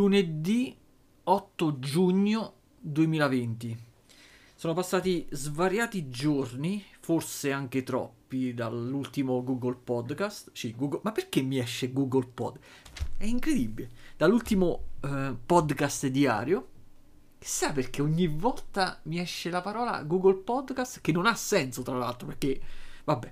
lunedì 8 giugno 2020. Sono passati svariati giorni, forse anche troppi, dall'ultimo Google Podcast. Sì, Google... Ma perché mi esce Google Pod? È incredibile. Dall'ultimo podcast diario. Chissà perché ogni volta mi esce la parola Google Podcast, che non ha senso tra l'altro, perché... Vabbè.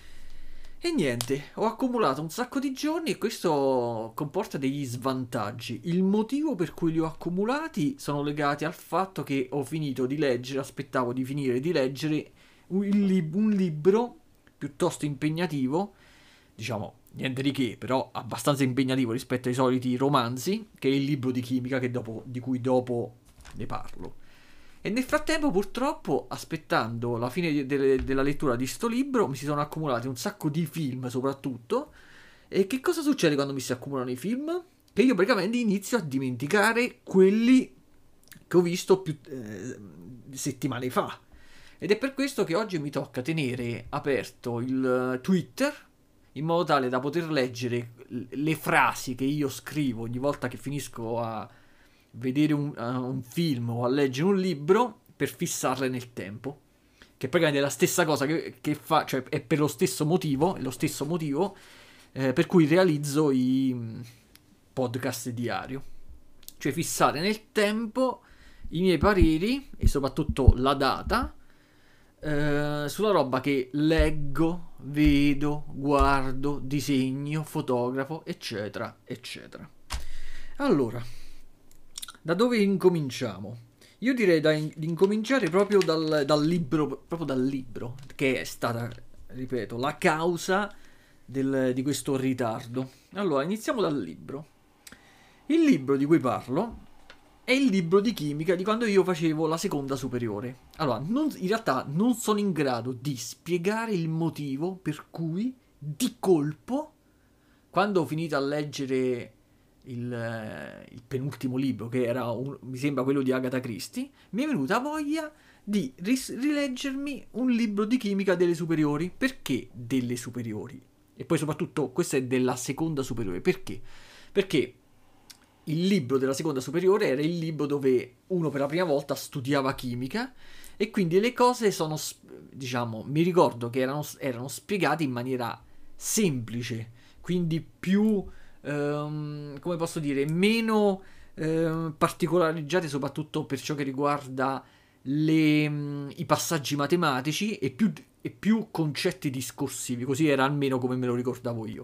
E niente, ho accumulato un sacco di giorni e questo comporta degli svantaggi. Il motivo per cui li ho accumulati sono legati al fatto che ho finito di leggere, aspettavo di finire di leggere un libro piuttosto impegnativo, diciamo niente di che, però abbastanza impegnativo rispetto ai soliti romanzi, che è il libro di chimica di cui dopo ne parlo. E nel frattempo, purtroppo, aspettando la fine della lettura di sto libro, mi si sono accumulati un sacco di film, soprattutto. E che cosa succede quando mi si accumulano i film? Che io praticamente inizio a dimenticare quelli che ho visto più settimane fa. Ed è per questo che oggi mi tocca tenere aperto il Twitter, in modo tale da poter leggere le frasi che io scrivo ogni volta che finisco a vedere un film o a leggere un libro, per fissarle nel tempo, che praticamente è la stessa cosa che fa, cioè è per lo stesso motivo, per cui realizzo i podcast diario, cioè fissare nel tempo i miei pareri e soprattutto la data sulla roba che leggo, vedo, guardo, disegno, fotografo, eccetera, eccetera. Allora, da dove incominciamo? Io direi di incominciare proprio dal libro, che è stata, ripeto, la causa di questo ritardo. Allora, iniziamo dal libro. Il libro di cui parlo è il libro di chimica di quando io facevo la seconda superiore. Allora, in realtà non sono in grado di spiegare il motivo per cui, di colpo, quando ho finito a leggere il penultimo libro, che era mi sembra quello di Agatha Christie, mi è venuta voglia di rileggermi un libro di chimica delle superiori. Perché delle superiori? E poi soprattutto questo è della seconda superiore. Perché? Perché il libro della seconda superiore era il libro dove uno per la prima volta studiava chimica e quindi le cose sono, diciamo, mi ricordo che erano spiegate in maniera semplice, quindi più come posso dire, meno particolareggiate, soprattutto per ciò che riguarda i passaggi matematici e più concetti discorsivi, così era almeno come me lo ricordavo io.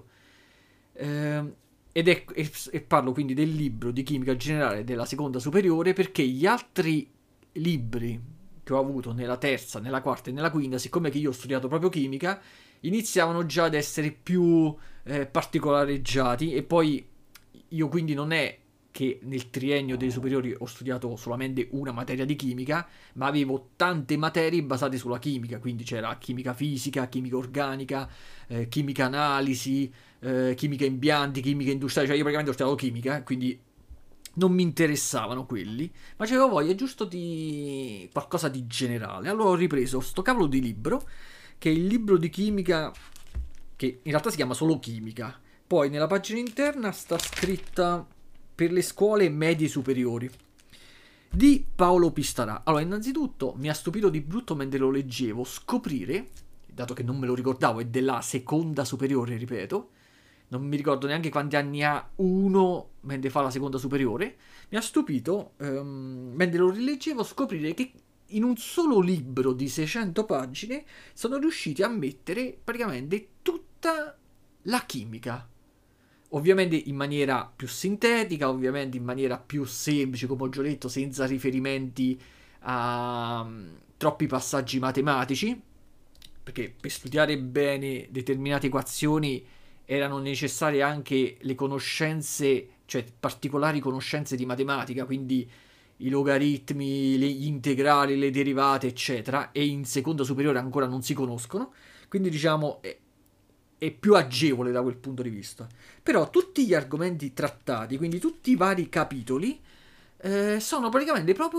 E parlo quindi del libro di chimica generale della seconda superiore, perché gli altri libri che ho avuto nella terza, nella quarta e nella quinta, siccome che io ho studiato proprio chimica, iniziavano già ad essere più particolareggiati. E poi io quindi non è che nel triennio delle superiori ho studiato solamente una materia di chimica, ma avevo tante materie basate sulla chimica, quindi c'era chimica fisica, chimica organica, chimica analisi, chimica impianti, chimica industriale, cioè io praticamente ho studiato chimica, quindi non mi interessavano quelli, ma avevo voglia giusto di qualcosa di generale. Allora ho ripreso sto cavolo di libro, che è il libro di chimica, che in realtà si chiama solo chimica. Poi nella pagina interna sta scritta per le scuole medie superiori, di Paolo Pistarà. Allora, innanzitutto mi ha stupito di brutto mentre lo leggevo scoprire, dato che non me lo ricordavo, è della seconda superiore, ripeto, non mi ricordo neanche quanti anni ha uno mentre fa la seconda superiore, mi ha stupito mentre lo rileggevo scoprire che in un solo libro di 600 pagine sono riusciti a mettere praticamente tutta la chimica. Ovviamente in maniera più sintetica, ovviamente in maniera più semplice, come ho già detto, senza riferimenti a troppi passaggi matematici, perché per studiare bene determinate equazioni erano necessarie anche le conoscenze, cioè particolari conoscenze di matematica, quindi i logaritmi, gli integrali, le derivate, eccetera, e in seconda superiore ancora non si conoscono, quindi diciamo è più agevole da quel punto di vista. Però tutti gli argomenti trattati, quindi tutti i vari capitoli, sono praticamente proprio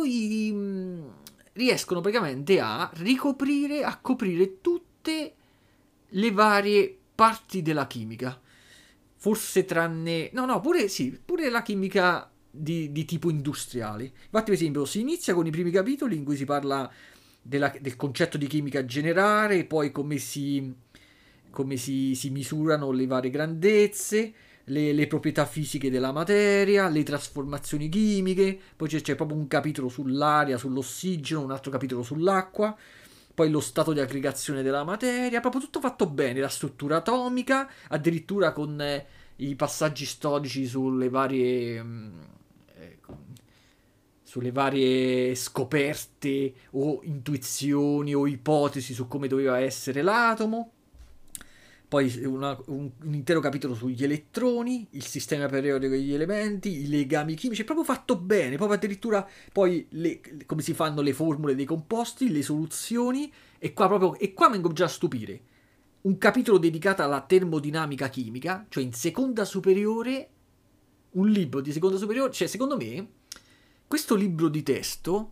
riescono praticamente a coprire tutte le varie parti della chimica. Forse tranne... No, pure la chimica di tipo industriali. Infatti, per esempio, si inizia con i primi capitoli in cui si parla del concetto di chimica generale, poi come si misurano le varie grandezze, le proprietà fisiche della materia, le trasformazioni chimiche, poi c'è proprio un capitolo sull'aria, sull'ossigeno, un altro capitolo sull'acqua, poi lo stato di aggregazione della materia, proprio tutto fatto bene, la struttura atomica, addirittura con i passaggi storici eh, sulle varie scoperte o intuizioni o ipotesi su come doveva essere l'atomo. Poi un intero capitolo sugli elettroni, il sistema periodico degli elementi, i legami chimici, è proprio fatto bene, proprio addirittura poi come si fanno le formule dei composti, le soluzioni, e qua vengo già a stupire. Un capitolo dedicato alla termodinamica chimica, cioè in seconda superiore, un libro di seconda superiore, cioè secondo me, questo libro di testo,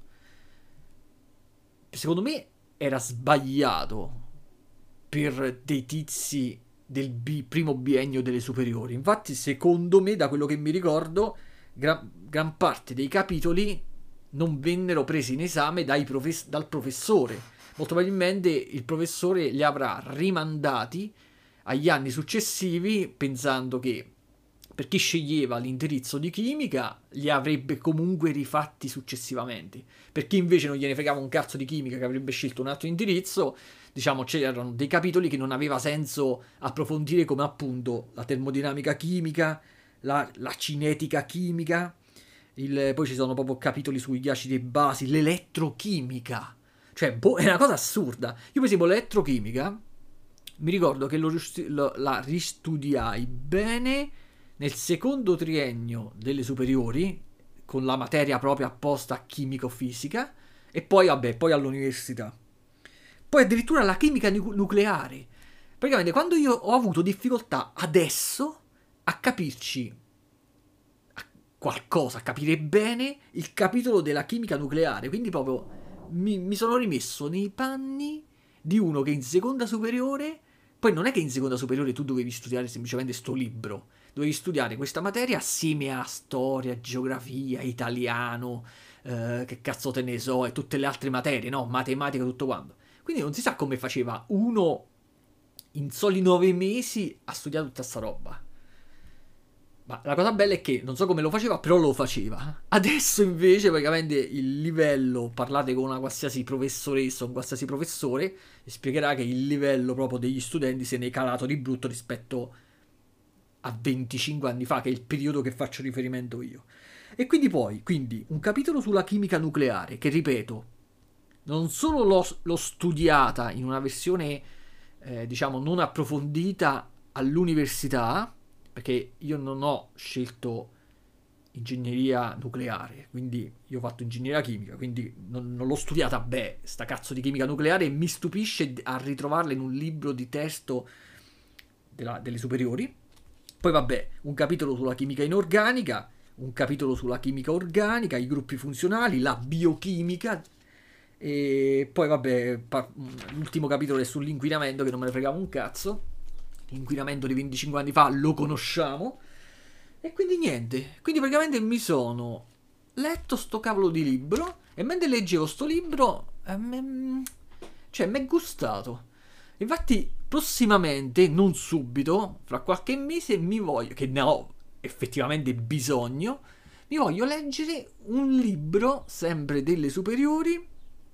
secondo me, era sbagliato per dei tizi del primo biennio delle superiori. Infatti, secondo me, da quello che mi ricordo, gran parte dei capitoli non vennero presi in esame dal professore. Molto probabilmente il professore li avrà rimandati agli anni successivi, pensando che per chi sceglieva l'indirizzo di chimica li avrebbe comunque rifatti successivamente. Per chi invece non gliene fregava un cazzo di chimica, che avrebbe scelto un altro indirizzo, diciamo c'erano dei capitoli che non aveva senso approfondire, come appunto la termodinamica chimica, la cinetica chimica, poi ci sono proprio capitoli sugli acidi basi, l'elettrochimica. Cioè, è una cosa assurda. Io per esempio l'elettrochimica mi ricordo che la ristudiai bene nel secondo triennio delle superiori, con la materia propria apposta chimico-fisica, e poi, vabbè, poi all'università. Poi addirittura la chimica nucleare. Praticamente quando io ho avuto difficoltà adesso a capirci qualcosa, a capire bene il capitolo della chimica nucleare, quindi proprio mi sono rimesso nei panni di uno che in seconda superiore, poi non è che in seconda superiore tu dovevi studiare semplicemente sto libro, dovevi studiare questa materia assieme a storia, geografia, italiano, che cazzo te ne so, e tutte le altre materie, no? Matematica, tutto quanto. Quindi non si sa come faceva uno in soli 9 mesi a studiare tutta sta roba. Ma la cosa bella è che non so come lo faceva, però lo faceva. Adesso invece praticamente il livello, parlate con una qualsiasi professoressa o un qualsiasi professore, vi spiegherà che il livello proprio degli studenti se ne è calato di brutto rispetto a 25 anni fa, che è il periodo che faccio riferimento io. E quindi un capitolo sulla chimica nucleare, che ripeto, non solo l'ho studiata in una versione, diciamo, non approfondita all'università, perché io non ho scelto ingegneria nucleare, quindi io ho fatto ingegneria chimica, quindi non l'ho studiata, sta cazzo di chimica nucleare, e mi stupisce a ritrovarla in un libro di testo delle superiori. Poi vabbè, un capitolo sulla chimica inorganica, un capitolo sulla chimica organica, i gruppi funzionali, la biochimica, e poi vabbè, l'ultimo capitolo è sull'inquinamento, che non me ne fregava un cazzo. L'inquinamento di 25 anni fa lo conosciamo. E quindi niente, quindi praticamente mi sono letto sto cavolo di libro, e mentre leggevo sto libro cioè mi è gustato. Infatti prossimamente, non subito, fra qualche mese che ne ho effettivamente bisogno, mi voglio leggere un libro sempre delle superiori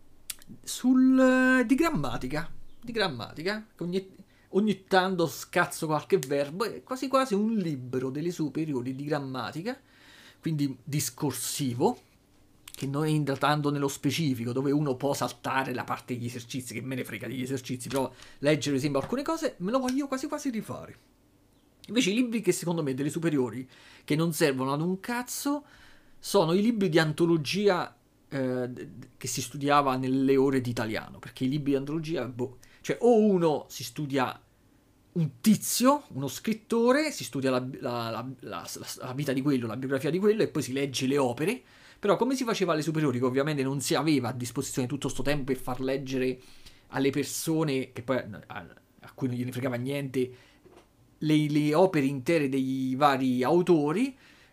di grammatica, che ogni tanto scazzo qualche verbo, è quasi quasi un libro delle superiori di grammatica, quindi discorsivo, che non entra tanto nello specifico, dove uno può saltare la parte degli esercizi, che me ne frega degli esercizi, però leggere ad esempio alcune cose me lo voglio quasi quasi rifare. Invece i libri che secondo me delle superiori, che non servono ad un cazzo, sono i libri di antologia che si studiava nelle ore di italiano, perché i libri di antologia, cioè o uno si studia un tizio, uno scrittore, si studia la vita di quello, la biografia di quello, e poi si legge le opere. Però come si faceva alle superiori, che ovviamente non si aveva a disposizione tutto sto tempo per far leggere alle persone, che poi a cui non gliene fregava niente, le opere intere dei vari autori,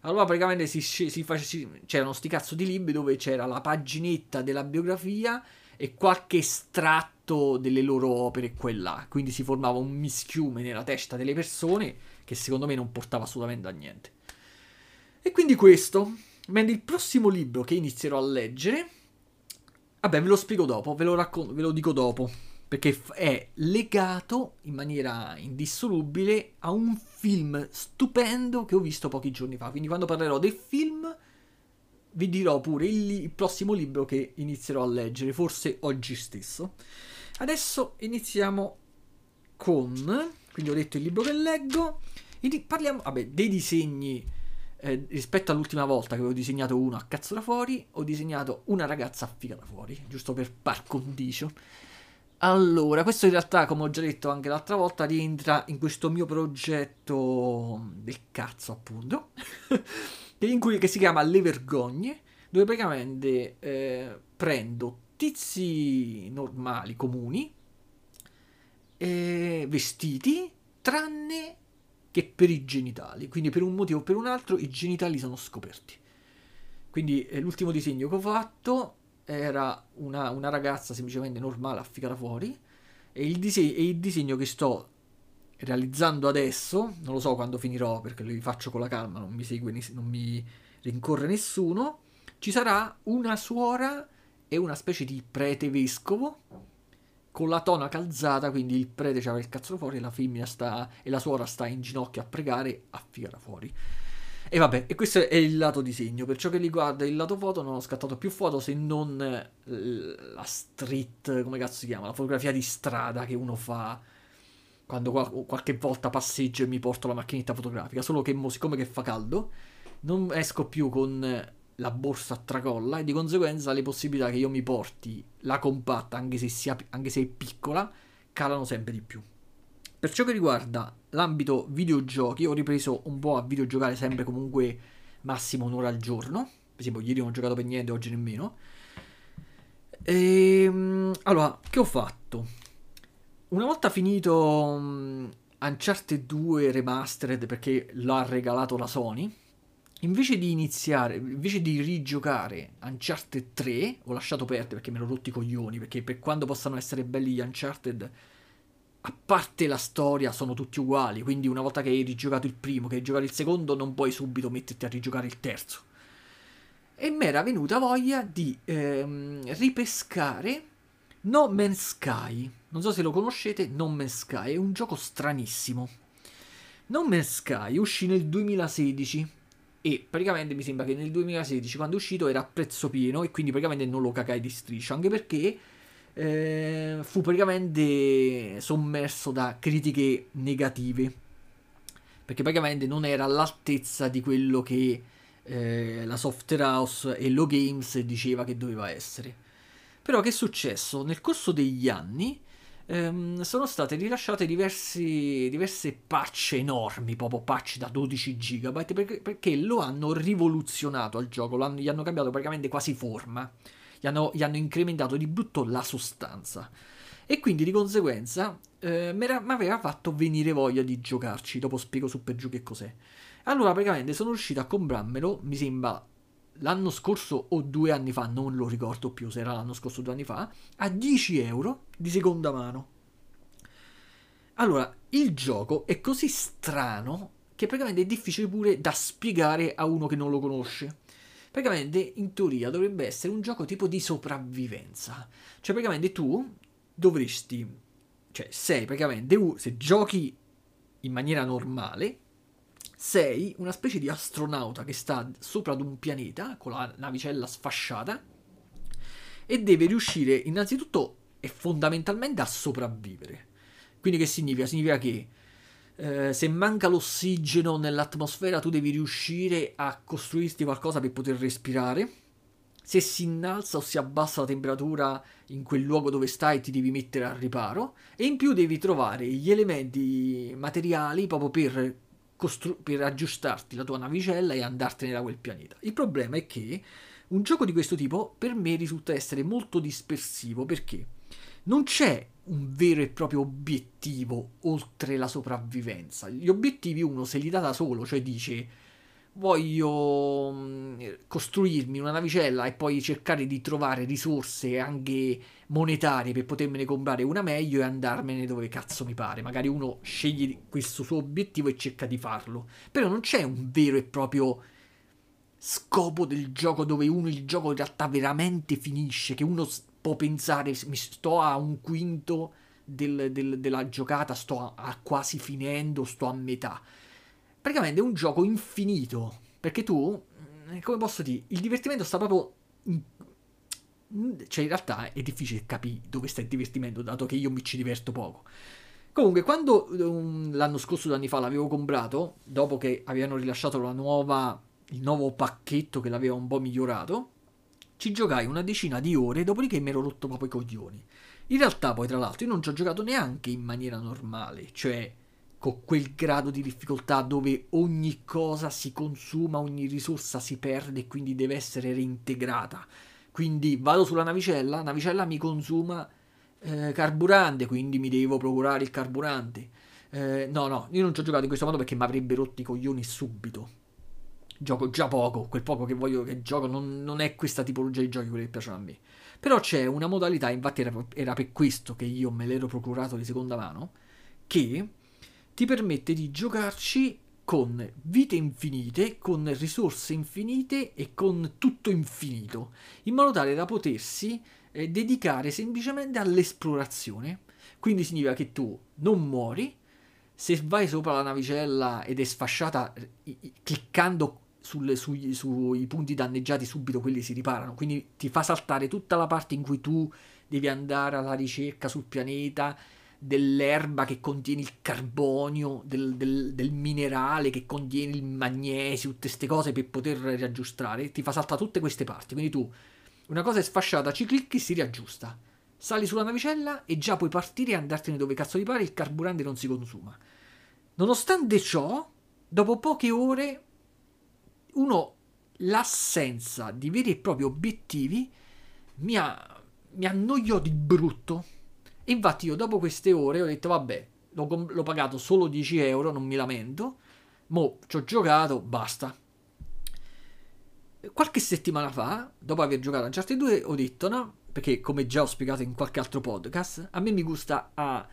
Allora praticamente c'erano sti cazzo di libri dove c'era la paginetta della biografia e qualche estratto delle loro opere qua e là. Quindi si formava un mischiume nella testa delle persone che secondo me non portava assolutamente a niente. E quindi questo. Mentre il prossimo libro che inizierò a leggere, vabbè, ve lo spiego dopo, ve lo dico dopo, perché è legato in maniera indissolubile a un film stupendo che ho visto pochi giorni fa. Quindi quando parlerò del film vi dirò pure il prossimo libro che inizierò a leggere, forse oggi stesso. Adesso iniziamo con, quindi ho detto il libro che leggo, parliamo, vabbè, dei disegni. Rispetto all'ultima volta che avevo disegnato uno a cazzo da fuori, ho disegnato una ragazza a figa da fuori, giusto per par condicio. Allora, questo in realtà, come ho già detto anche l'altra volta, rientra in questo mio progetto del cazzo, appunto, che si chiama Le Vergogne, dove praticamente prendo tizi normali, comuni, vestiti, tranne che per i genitali. Quindi per un motivo o per un altro i genitali sono scoperti. Quindi l'ultimo disegno che ho fatto era una ragazza semplicemente normale a figa da fuori, e il disegno che sto realizzando adesso, non lo so quando finirò perché li faccio con la calma, non mi segue, non mi rincorre nessuno, ci sarà una suora e una specie di prete vescovo con la tonaca alzata, quindi il prete c'aveva il cazzo fuori e la femmina e la suora sta in ginocchio a pregare a figa da fuori. E vabbè, e questo è il lato disegno. Per ciò che riguarda il lato foto non ho scattato più foto se non la street, come cazzo si chiama? La fotografia di strada che uno fa quando qualche volta passeggio e mi porto la macchinetta fotografica. Solo che siccome che fa caldo non esco più con la borsa a tracolla e di conseguenza le possibilità che io mi porti la compatta, anche se è piccola, calano sempre di più. Per ciò che riguarda l'ambito videogiochi, ho ripreso un po' a videgiocare sempre comunque massimo un'ora al giorno. Per esempio ieri non ho giocato per niente, oggi nemmeno. Allora, che ho fatto? Una volta finito Uncharted 2 Remastered, perché l'ha regalato la Sony, invece di rigiocare Uncharted 3, ho lasciato perdere perché me l'ho rotti i coglioni, perché per quanto possano essere belli gli Uncharted, a parte la storia, sono tutti uguali. Quindi una volta che hai rigiocato il primo, che hai giocato il secondo, non puoi subito metterti a rigiocare il terzo. E mi era venuta voglia di ripescare No Man's Sky. Non so se lo conoscete, No Man's Sky è un gioco stranissimo. No Man's Sky uscì nel 2016 e praticamente mi sembra che nel 2016, quando è uscito, era a prezzo pieno e quindi praticamente non lo cagai di striscio, anche perché fu praticamente sommerso da critiche negative, perché praticamente non era all'altezza di quello che la software house Hello Games diceva che doveva essere. Però che è successo? Nel corso degli anni sono state rilasciate diverse patch enormi, proprio patch da 12 GB, perché lo hanno rivoluzionato al gioco, gli hanno cambiato praticamente quasi forma, gli hanno incrementato di brutto la sostanza. E quindi di conseguenza mi aveva fatto venire voglia di giocarci. Dopo spiego su per giù che cos'è. Allora praticamente sono riuscito a comprarmelo, mi sembra l'anno scorso o 2 anni fa, non lo ricordo più se era l'anno scorso o 2 anni fa, a 10 euro di seconda mano. Allora, il gioco è così strano che praticamente è difficile pure da spiegare a uno che non lo conosce. Praticamente, in teoria, dovrebbe essere un gioco tipo di sopravvivenza. Cioè, praticamente tu dovresti... Cioè, sei praticamente... Se giochi in maniera normale, sei una specie di astronauta che sta sopra ad un pianeta con la navicella sfasciata e deve riuscire innanzitutto e fondamentalmente a sopravvivere. Quindi che significa? Significa che se manca l'ossigeno nell'atmosfera tu devi riuscire a costruirti qualcosa per poter respirare. Se si innalza o si abbassa la temperatura in quel luogo dove stai ti devi mettere al riparo e in più devi trovare gli elementi materiali proprio per aggiustarti la tua navicella e andartene da quel pianeta. Il problema è che un gioco di questo tipo per me risulta essere molto dispersivo perché non c'è un vero e proprio obiettivo oltre la sopravvivenza. Gli obiettivi uno se li dà da solo, cioè dice voglio costruirmi una navicella e poi cercare di trovare risorse anche monetarie per potermene comprare una meglio e andarmene dove cazzo mi pare. Magari uno sceglie questo suo obiettivo e cerca di farlo. Però non c'è un vero e proprio scopo del gioco dove il gioco in realtà veramente finisce, che uno può pensare mi sto a un quinto della giocata, sto a quasi finendo, sto a metà. Praticamente è un gioco infinito, perché tu, come posso dire, il divertimento sta proprio cioè in realtà è difficile capire dove sta il divertimento, dato che io mi ci diverto poco. Comunque, quando l'anno scorso, 2 anni fa, l'avevo comprato, dopo che avevano rilasciato il nuovo pacchetto che l'aveva un po' migliorato, ci giocai una decina di ore, dopodiché mi ero rotto proprio i coglioni. In realtà, poi, tra l'altro, io non ci ho giocato neanche in maniera normale, cioè con quel grado di difficoltà dove ogni cosa si consuma, ogni risorsa si perde e quindi deve essere reintegrata. Quindi vado sulla navicella, la navicella mi consuma carburante, quindi mi devo procurare il carburante. No, io non ci ho giocato in questo modo perché mi avrebbe rotto i coglioni subito. Gioco già poco, quel poco che voglio che gioco non è questa tipologia di giochi quelli che piacciono a me. Però c'è una modalità, infatti era per questo che io me l'ero procurato di seconda mano, che ti permette di giocarci con vite infinite, con risorse infinite e con tutto infinito, in modo tale da potersi dedicare semplicemente all'esplorazione. Quindi significa che tu non muori, se vai sopra la navicella ed è sfasciata, cliccando sui punti danneggiati subito quelli si riparano, quindi ti fa saltare tutta la parte in cui tu devi andare alla ricerca sul pianeta dell'erba che contiene il carbonio, del minerale che contiene il magnesio, tutte queste cose per poter riaggiustare, ti fa saltare tutte queste parti, quindi tu una cosa è sfasciata, ci clicchi, si riaggiusta. Sali sulla navicella e già puoi partire e andartene dove cazzo ti pare, il carburante non si consuma. Nonostante ciò, dopo poche ore, l'assenza di veri e propri obiettivi mi annoiò di brutto. E infatti io dopo queste ore ho detto vabbè, l'ho pagato solo 10 euro, non mi lamento, mo ci ho giocato, basta. Qualche settimana fa, dopo aver giocato a Uncharted 2, ho detto no, perché come già ho spiegato in qualche altro podcast, a me mi gusta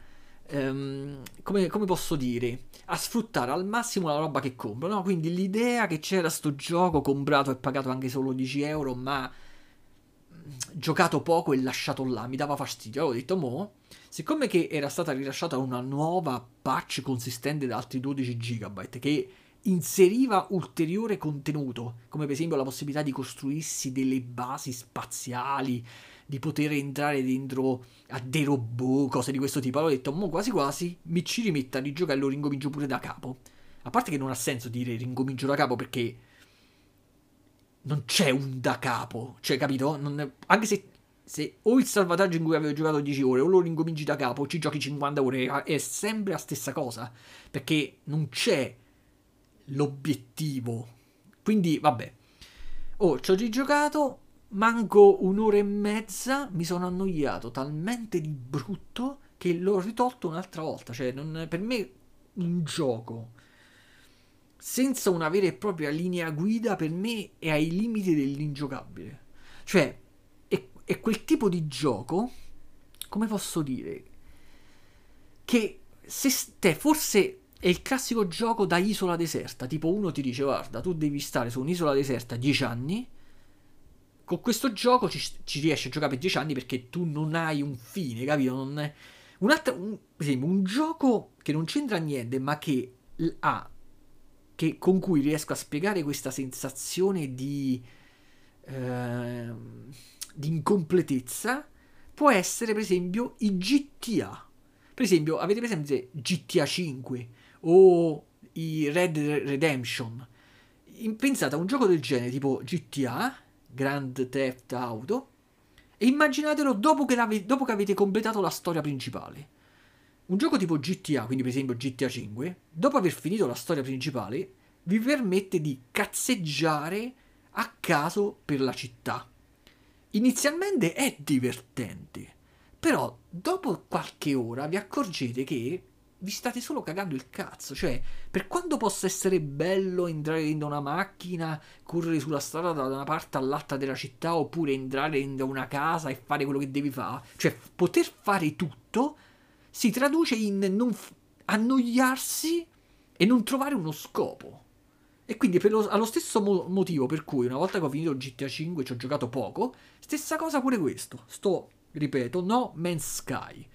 come posso dire, a sfruttare al massimo la roba che compro, no? Quindi l'idea che c'era sto gioco comprato e pagato anche solo 10 euro, ma giocato poco e lasciato là, mi dava fastidio. Avevo detto, mo, siccome che era stata rilasciata una nuova patch consistente da altri 12 GB che inseriva ulteriore contenuto, come per esempio la possibilità di costruirsi delle basi spaziali, di poter entrare dentro a dei robot, cose di questo tipo. Allora ho detto, mo quasi quasi mi ci rimetto a rigiocare e lo rincomincio pure da capo. A parte che non ha senso dire rincomincio da capo perché non c'è un da capo, cioè capito? Anche se o il salvataggio in cui avevo giocato 10 ore o lo rincominci da capo o ci giochi 50 ore, è sempre la stessa cosa, perché non c'è l'obiettivo. Quindi vabbè, ci ho rigiocato, manco un'ora e mezza, mi sono annoiato talmente di brutto che l'ho ritolto un'altra volta. Cioè per me un gioco senza una vera e propria linea guida per me è ai limiti dell'ingiocabile. Cioè è quel tipo di gioco, come posso dire, che se te forse è il classico gioco da isola deserta, tipo uno ti dice guarda tu devi stare su un'isola deserta 10 anni, con questo gioco ci riesci a giocare per 10 anni perché tu non hai un fine, capito? Non è... per esempio, un gioco che non c'entra niente ma che ha, con cui riesco a spiegare questa sensazione di incompletezza può essere per esempio i GTA. Per esempio, avete presente GTA 5 o i Red Redemption? Pensate a un gioco del genere tipo GTA, Grand Theft Auto, e immaginatelo dopo che avete completato la storia principale. Un gioco tipo GTA, quindi per esempio GTA 5, dopo aver finito la storia principale, vi permette di cazzeggiare a caso per la città. Inizialmente è divertente, però dopo qualche ora vi accorgete che vi state solo cagando il cazzo. Cioè, per quanto possa essere bello entrare in una macchina, correre sulla strada da una parte all'altra della città, oppure entrare in una casa e fare quello che devi fare, cioè poter fare tutto si traduce in non annoiarsi e non trovare uno scopo. E quindi allo stesso motivo per cui una volta che ho finito GTA 5 ci ho giocato poco, stessa cosa pure questo. Ripeto, No Man's Sky.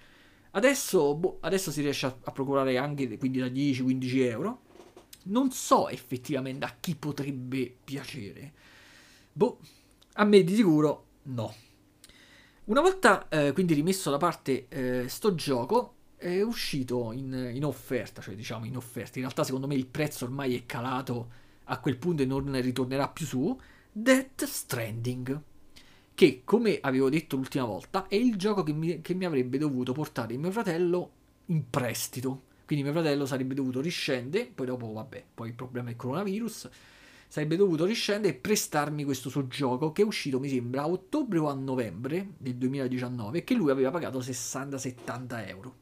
Adesso si riesce a procurare anche quindi da 10-15 euro. Non so effettivamente a chi potrebbe piacere. A me di sicuro no. Una volta quindi rimesso da parte sto gioco, è uscito in offerta, cioè diciamo in offerta. In realtà secondo me il prezzo ormai è calato a quel punto e non ritornerà più su. Death Stranding, che come avevo detto l'ultima volta è il gioco che mi avrebbe dovuto portare mio fratello in prestito. Quindi mio fratello sarebbe dovuto riscendere, poi dopo vabbè, poi il problema è il coronavirus, sarebbe dovuto riscendere e prestarmi questo suo gioco che è uscito mi sembra a ottobre o a novembre del 2019 e che lui aveva pagato 60-70 euro.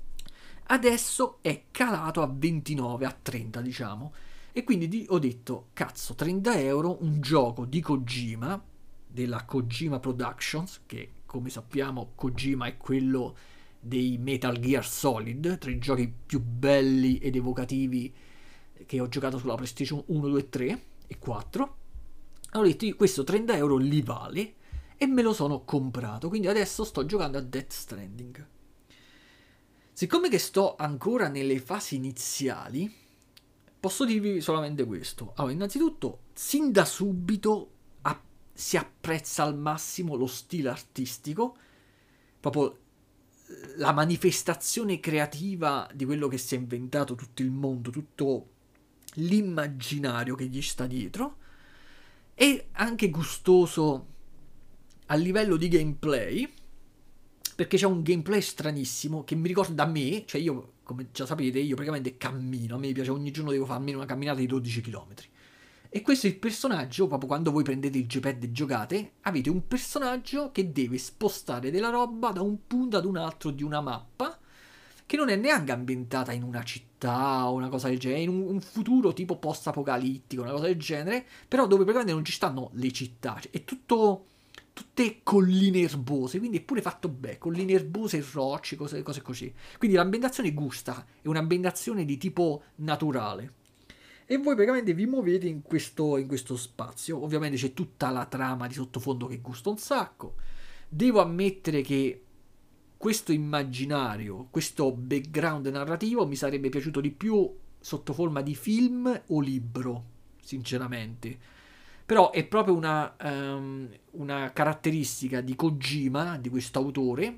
Adesso è calato a 29, a 30 diciamo, e quindi ho detto cazzo, 30 euro un gioco di Kojima, della Kojima Productions, che come sappiamo Kojima è quello dei Metal Gear Solid, tra i giochi più belli ed evocativi che ho giocato sulla PlayStation 1, 2, 3 e 4. Ho detto questo 30 euro li vale e me lo sono comprato, quindi adesso sto giocando a Death Stranding. Siccome che sto ancora nelle fasi iniziali, posso dirvi solamente questo. Allora, innanzitutto, sin da subito si apprezza al massimo lo stile artistico, proprio la manifestazione creativa di quello che si è inventato tutto il mondo, tutto l'immaginario che gli sta dietro, e anche gustoso a livello di gameplay, perché c'è un gameplay stranissimo che mi ricorda me, cioè io, come già sapete, io praticamente cammino, a me piace ogni giorno devo fare almeno una camminata di 12 km. E questo è il personaggio, proprio quando voi prendete il Gpad e giocate, avete un personaggio che deve spostare della roba da un punto ad un altro di una mappa, che non è neanche ambientata in una città o una cosa del genere, in un futuro tipo post-apocalittico, una cosa del genere, però dove praticamente non ci stanno le città, è tutto tutte colline erbose, quindi è pure fatto bene, colline erbose e rocce, cose così. Quindi l'ambientazione gusta, è un'ambientazione di tipo naturale. E voi praticamente vi muovete in questo spazio. Ovviamente c'è tutta la trama di sottofondo che gusta un sacco. Devo ammettere che questo immaginario, questo background narrativo mi sarebbe piaciuto di più sotto forma di film o libro, sinceramente. Però è proprio una caratteristica di Kojima, di questo autore,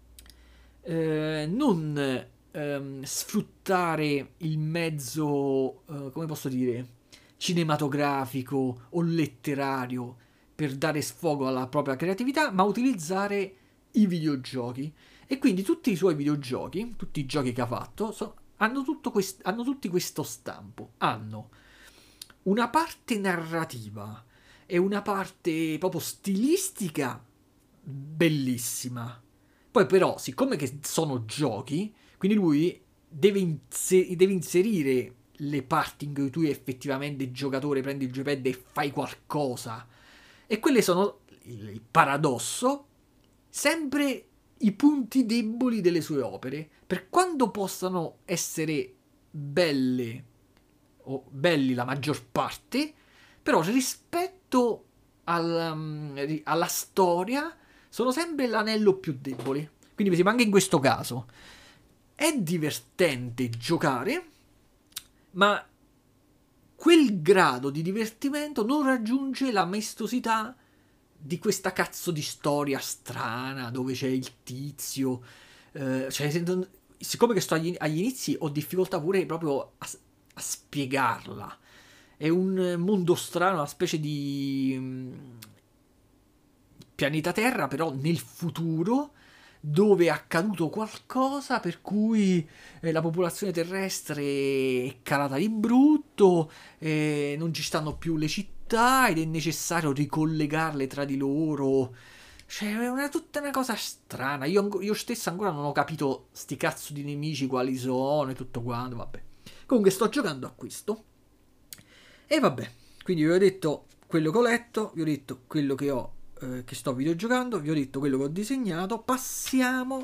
non sfruttare il mezzo, come posso dire, cinematografico o letterario per dare sfogo alla propria creatività, ma utilizzare i videogiochi. E quindi tutti i suoi videogiochi, tutti i giochi che ha fatto, hanno tutti questo stampo. Hanno una parte narrativa e una parte proprio stilistica bellissima. Poi però, siccome che sono giochi, quindi lui deve inserire le parti in cui tu effettivamente giocatore prendi il joypad e fai qualcosa. E quelle sono il paradosso, sempre i punti deboli delle sue opere. Per quanto possano essere belle o belli la maggior parte, però rispetto alla storia sono sempre l'anello più debole. Quindi mi sembra anche in questo caso è divertente giocare, ma quel grado di divertimento non raggiunge la maestosità di questa cazzo di storia strana dove c'è il tizio, siccome che sto agli inizi ho difficoltà pure proprio a spiegarla. È un mondo strano, una specie di pianeta Terra, però nel futuro, dove è accaduto qualcosa per cui la popolazione terrestre è calata di brutto, non ci stanno più le città ed è necessario ricollegarle tra di loro Cioè, è tutta una cosa strana. Io stesso ancora non ho capito sti cazzo di nemici quali sono e tutto quanto, vabbè. Comunque sto giocando a questo. E vabbè, quindi vi ho detto quello che ho letto, vi ho detto quello che ho, che sto videogiocando, vi ho detto quello che ho disegnato. Passiamo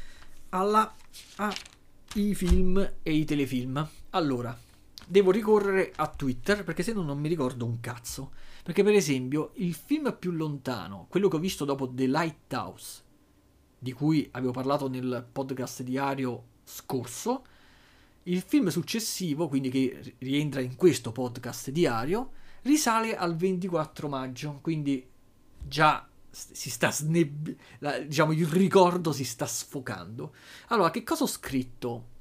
ai film e i telefilm. Allora, devo ricorrere a Twitter perché se no non mi ricordo un cazzo. Perché per esempio il film più lontano, quello che ho visto dopo The Lighthouse, di cui avevo parlato nel podcast diario scorso, il film successivo, quindi che rientra in questo podcast diario, risale al 24 maggio, quindi già si sta diciamo il ricordo si sta sfocando. Allora, che cosa ho scritto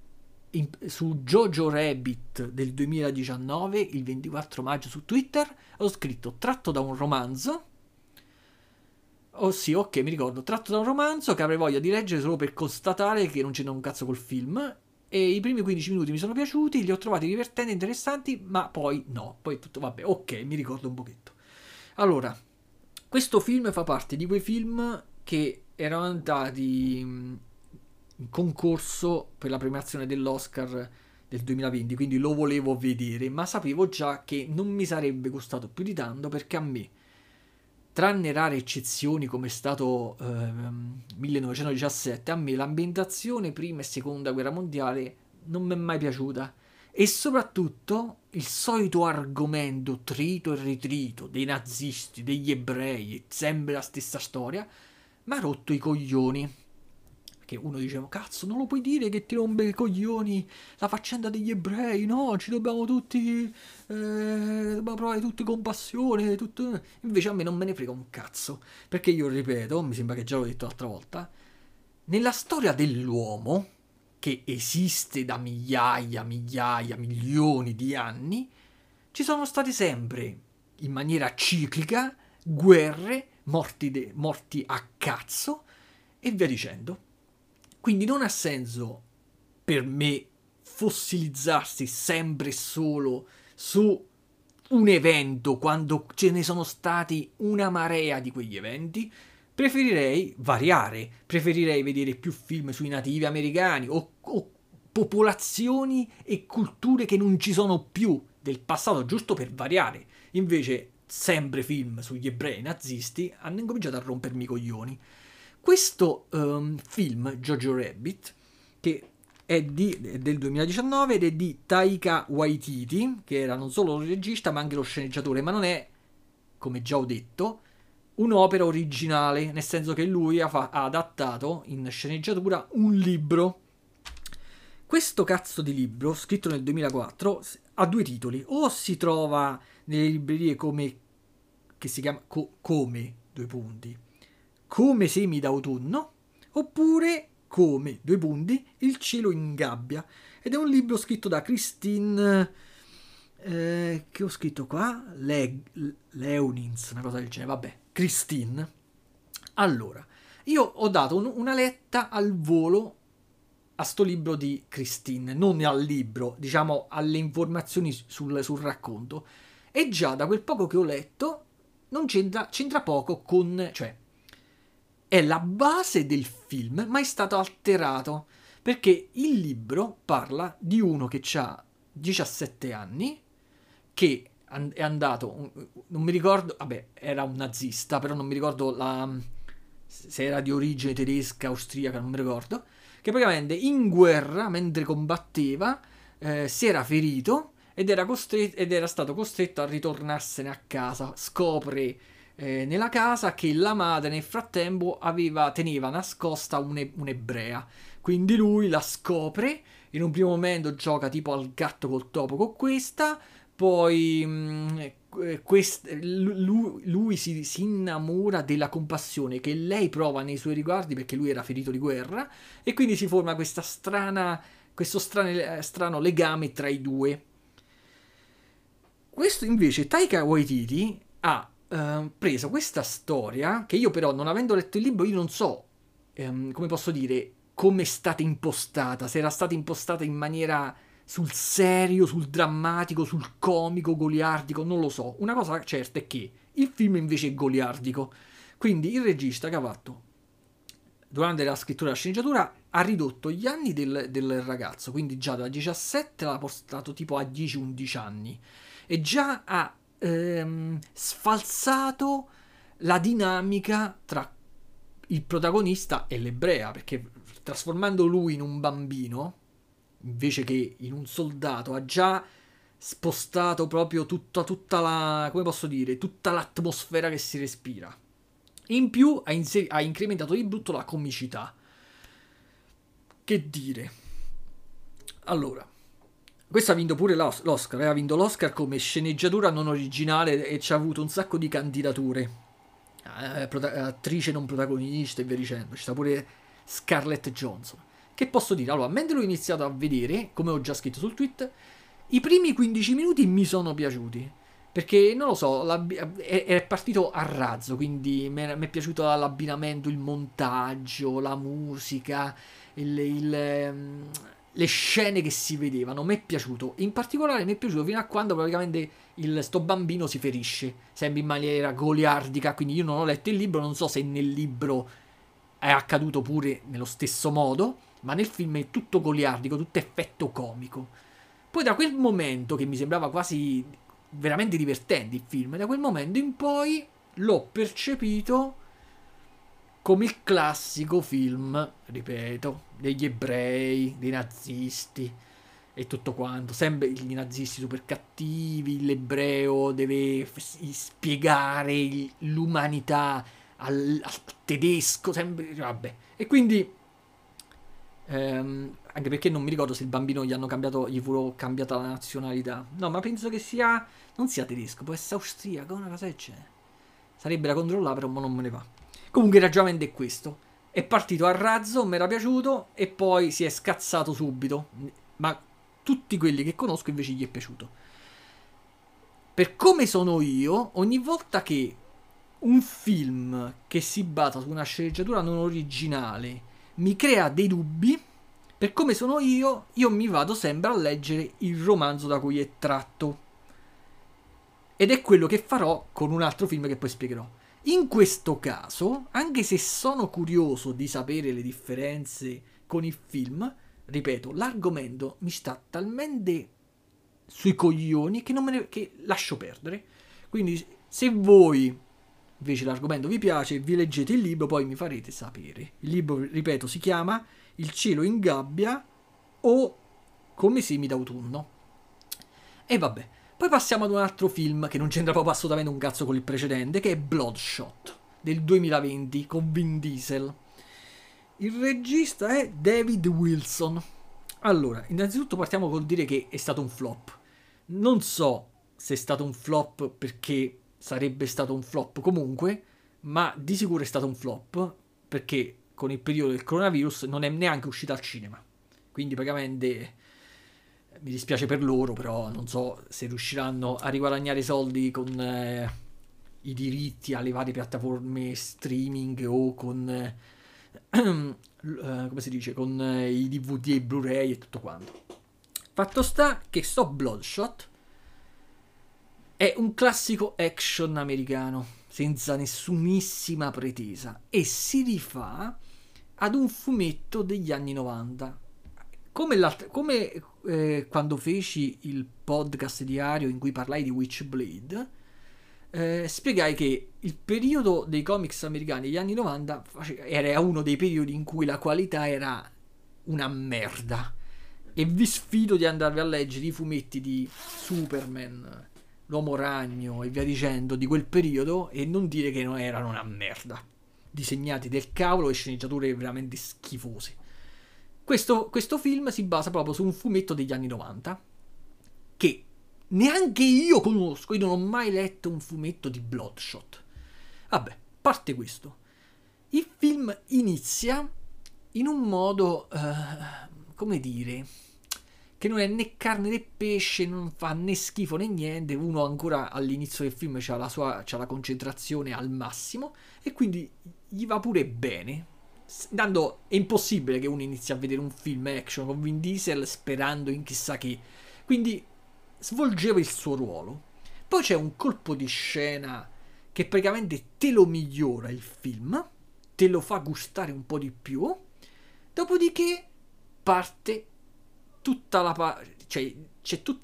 su Jojo Rabbit del 2019, il 24 maggio su Twitter? Ho scritto tratto da un romanzo. Oh sì, ok, mi ricordo, tratto da un romanzo che avrei voglia di leggere solo per constatare che non c'entra un cazzo col film. E i primi 15 minuti mi sono piaciuti, li ho trovati divertenti, interessanti, ma poi no, poi tutto vabbè, ok, mi ricordo un pochetto. Allora, questo film fa parte di quei film che erano andati in concorso per la premiazione dell'Oscar del 2020, quindi lo volevo vedere, ma sapevo già che non mi sarebbe costato più di tanto perché a me, tranne rare eccezioni come è stato 1917, a me l'ambientazione prima e seconda guerra mondiale non mi è mai piaciuta. E soprattutto il solito argomento trito e ritrito dei nazisti, degli ebrei, sempre la stessa storia, mi ha rotto i coglioni. Che uno diceva, cazzo, non lo puoi dire che ti rompe i coglioni la faccenda degli ebrei, no, ci dobbiamo tutti, dobbiamo provare tutti compassione, tutto. Invece a me non me ne frega un cazzo, perché io ripeto, mi sembra che già l'ho detto l'altra volta, nella storia dell'uomo, che esiste da migliaia, migliaia, milioni di anni, ci sono state sempre, in maniera ciclica, guerre, morti a cazzo e via dicendo. Quindi non ha senso per me fossilizzarsi sempre e solo su un evento quando ce ne sono stati una marea di quegli eventi. Preferirei variare, preferirei vedere più film sui nativi americani o popolazioni e culture che non ci sono più del passato, giusto per variare. Invece, sempre film sugli ebrei nazisti hanno incominciato a rompermi i coglioni. Questo film, Jojo Rabbit, che è del 2019 ed è di Taika Waititi, che era non solo il regista ma anche lo sceneggiatore, ma non è, come già ho detto, un'opera originale, nel senso che lui ha adattato in sceneggiatura un libro. Questo cazzo di libro, scritto nel 2004, ha due titoli. O si trova nelle librerie come, che si chiama come, due punti, come semi d'autunno, oppure come, due punti, il cielo in gabbia. Ed è un libro scritto da Christine, che ho scritto qua, Leunins, una cosa del genere, vabbè, Christine. Allora, io ho dato una letta al volo a sto libro di Christine, non al libro, diciamo alle informazioni sul racconto. E già da quel poco che ho letto non c'entra poco con, cioè è la base del film, ma è stato alterato perché il libro parla di uno che ha 17 anni, che è andato, non mi ricordo, vabbè, era un nazista, però non mi ricordo se era di origine tedesca, austriaca, non mi ricordo, che praticamente in guerra, mentre combatteva, si era ferito ed era stato costretto a ritornarsene a casa. Scopre nella casa che la madre nel frattempo teneva nascosta un'ebrea. Quindi lui la scopre, in un primo momento gioca tipo al gatto col topo con questa, poi lui si innamora della compassione che lei prova nei suoi riguardi perché lui era ferito di guerra e quindi si forma questo strano legame tra i due. Questo invece Taika Waititi ha preso questa storia che io però non avendo letto il libro io non so come posso dire come è stata impostata, se era stata impostata in maniera sul serio, sul drammatico, sul comico, goliardico, non lo so. Una cosa certa è che il film invece è goliardico. Quindi il regista che ha fatto, durante la scrittura della sceneggiatura, ha ridotto gli anni del ragazzo, quindi già da 17 l'ha portato tipo a 10-11 anni, e già ha sfalsato la dinamica tra il protagonista e l'ebrea, perché trasformando lui in un bambino invece che in un soldato ha già spostato proprio tutta la, come posso dire, tutta l'atmosfera che si respira. In più ha incrementato di brutto la comicità. Che dire? Allora, questo ha vinto pure l'Oscar, ha vinto l'Oscar come sceneggiatura non originale e ci ha avuto un sacco di candidature. Attrice non protagonista e via dicendo. Ci sta pure Scarlett Johansson. Che posso dire? Allora, mentre l'ho iniziato a vedere, come ho già scritto sul tweet, i primi 15 minuti mi sono piaciuti. Perché, non lo so, è partito a razzo, quindi mi è piaciuto l'abbinamento, il montaggio, la musica, le scene che si vedevano. Mi è piaciuto. In particolare mi è piaciuto fino a quando praticamente sto bambino si ferisce, sempre in maniera goliardica, quindi io non ho letto il libro, non so se nel libro è accaduto pure nello stesso modo, ma nel film è tutto goliardico, tutto effetto comico. Poi da quel momento, che mi sembrava quasi veramente divertente il film, da quel momento in poi l'ho percepito come il classico film, ripeto, degli ebrei, dei nazisti e tutto quanto. Sempre i nazisti super cattivi, l'ebreo deve spiegare l'umanità al tedesco, sempre, vabbè. E quindi anche perché non mi ricordo se il bambino gli fu cambiata la nazionalità. No, ma penso che non sia tedesco, può essere austriaco, una cosa del genere. Sarebbe da controllare, però non me ne va. Comunque il ragionamento è questo. È partito a razzo, mi era piaciuto e poi si è scazzato subito. Ma tutti quelli che conosco invece gli è piaciuto. Per come sono io, ogni volta che un film che si basa su una sceneggiatura non originale mi crea dei dubbi, per come sono io mi vado sempre a leggere il romanzo da cui è tratto. Ed è quello che farò con un altro film che poi spiegherò. In questo caso, anche se sono curioso di sapere le differenze con il film, ripeto, l'argomento mi sta talmente sui coglioni che lascio perdere. Quindi se voi invece l'argomento vi piace, vi leggete il libro, poi mi farete sapere. Il libro, ripeto, si chiama Il cielo in gabbia o Come semi d'autunno. E vabbè. Poi passiamo ad un altro film che non c'entra proprio assolutamente un cazzo con il precedente, che è Bloodshot, del 2020, con Vin Diesel. Il regista è David Wilson. Allora, innanzitutto partiamo col dire che è stato un flop. Non so se è stato un flop perché sarebbe stato un flop comunque, ma di sicuro è stato un flop perché con il periodo del coronavirus non è neanche uscito al cinema. Quindi praticamente mi dispiace per loro, però non so se riusciranno a riguadagnare soldi con i diritti alle varie piattaforme streaming o con come si dice, con i DVD e i Blu-ray e tutto quanto. Fatto sta che sto Bloodshot è un classico action americano senza nessunissima pretesa e si rifà ad un fumetto degli anni 90. Come quando feci il podcast diario in cui parlai di Witchblade, spiegai che il periodo dei comics americani degli anni 90 era uno dei periodi in cui la qualità era una merda. E vi sfido di andarvi a leggere i fumetti di Superman, l'Uomo Ragno e via dicendo di quel periodo e non dire che non erano una merda. Disegnati del cavolo e sceneggiature veramente schifose. Questo film si basa proprio su un fumetto degli anni 90 che neanche io conosco, io non ho mai letto un fumetto di Bloodshot. Vabbè, parte questo. Il film inizia in un modo, come dire, che non è né carne né pesce, non fa né schifo né niente. Uno ancora all'inizio del film c'ha la concentrazione al massimo e quindi gli va pure bene. Tanto è impossibile che uno inizi a vedere un film action con Vin Diesel sperando in chissà che. Quindi svolgeva il suo ruolo. Poi c'è un colpo di scena che praticamente te lo migliora il film, te lo fa gustare un po' di più, dopodiché parte tutta cioè c'è tutta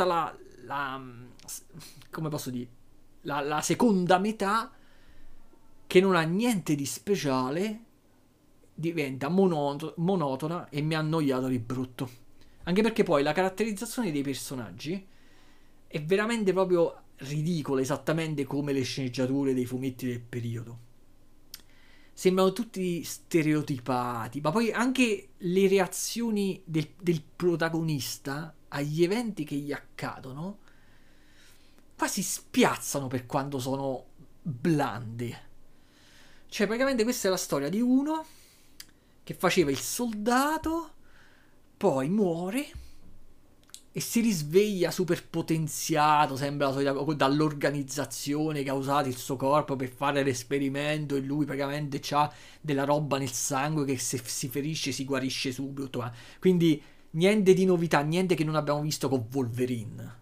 come posso dire, la seconda metà che non ha niente di speciale, diventa monotona e mi ha annoiato di brutto. Anche perché poi la caratterizzazione dei personaggi è veramente proprio ridicola, esattamente come le sceneggiature dei fumetti del periodo. Sembrano tutti stereotipati, ma poi anche le reazioni del protagonista agli eventi che gli accadono quasi spiazzano per quanto sono blande. Cioè, praticamente questa è la storia di uno che faceva il soldato, poi muore e si risveglia super potenziato, sembra dall'organizzazione che ha usato il suo corpo per fare l'esperimento, e lui praticamente ha della roba nel sangue che se si ferisce si guarisce subito. Quindi niente di novità, niente che non abbiamo visto con Wolverine.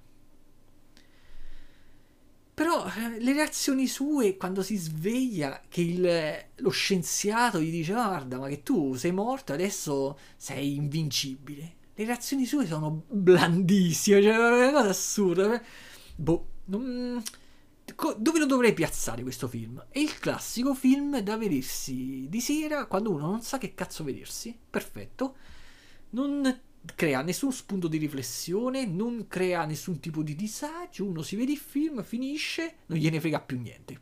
Però le reazioni sue quando si sveglia, che lo scienziato gli dice: guarda, ma che tu sei morto, adesso sei invincibile. Le reazioni sue sono blandissime, cioè è una cosa assurda. Boh, dove lo dovrei piazzare questo film? È il classico film da vedersi di sera quando uno non sa che cazzo vedersi. Perfetto. Non crea nessun spunto di riflessione, non crea nessun tipo di disagio, uno si vede il film, finisce, non gliene frega più niente.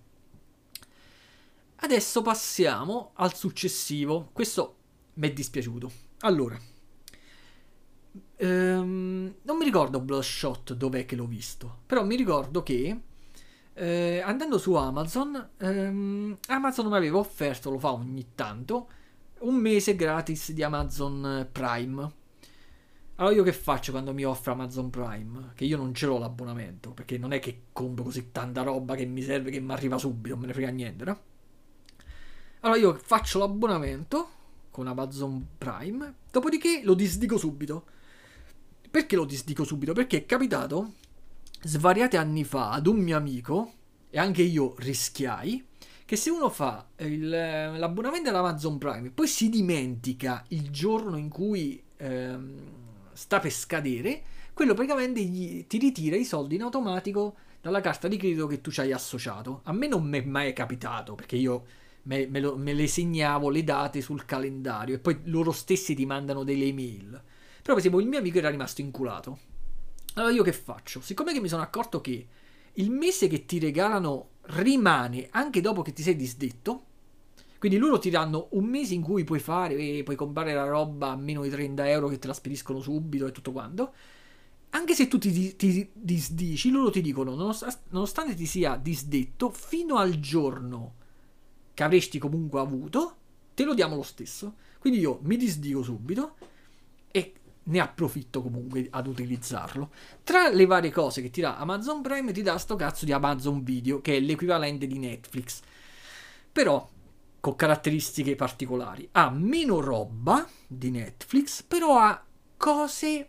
Adesso passiamo al successivo. Questo mi è dispiaciuto. Allora, non mi ricordo Bloodshot dov'è che l'ho visto, però mi ricordo che andando su Amazon, Amazon mi aveva offerto, lo fa ogni tanto, un mese gratis di Amazon Prime. Allora io che faccio quando mi offre Amazon Prime? Che io non ce l'ho l'abbonamento, perché non è che compro così tanta roba che mi serve, che mi arriva subito, non me ne frega niente, no? Allora io faccio l'abbonamento con Amazon Prime, dopodiché lo disdico subito. Perché lo disdico subito? Perché è capitato svariati anni fa ad un mio amico, e anche io rischiai, che se uno fa l'abbonamento all'Amazon Prime e poi si dimentica il giorno in cui sta per scadere, quello praticamente ti ritira i soldi in automatico dalla carta di credito che tu ci hai associato. A me non mi è mai capitato, perché io me le segnavo le date sul calendario e poi loro stessi ti mandano delle email. Però per esempio il mio amico era rimasto inculato. Allora io che faccio? Siccome che mi sono accorto che il mese che ti regalano rimane anche dopo che ti sei disdetto, quindi loro ti danno un mese in cui puoi comprare la roba a meno di 30 euro che te la spediscono subito e tutto quanto. Anche se tu ti disdici, loro ti dicono, nonostante ti sia disdetto, fino al giorno che avresti comunque avuto, te lo diamo lo stesso. Quindi io mi disdico subito e ne approfitto comunque ad utilizzarlo. Tra le varie cose che ti dà Amazon Prime, ti dà sto cazzo di Amazon Video, che è l'equivalente di Netflix, però con caratteristiche particolari. Ha meno roba di Netflix, però ha cose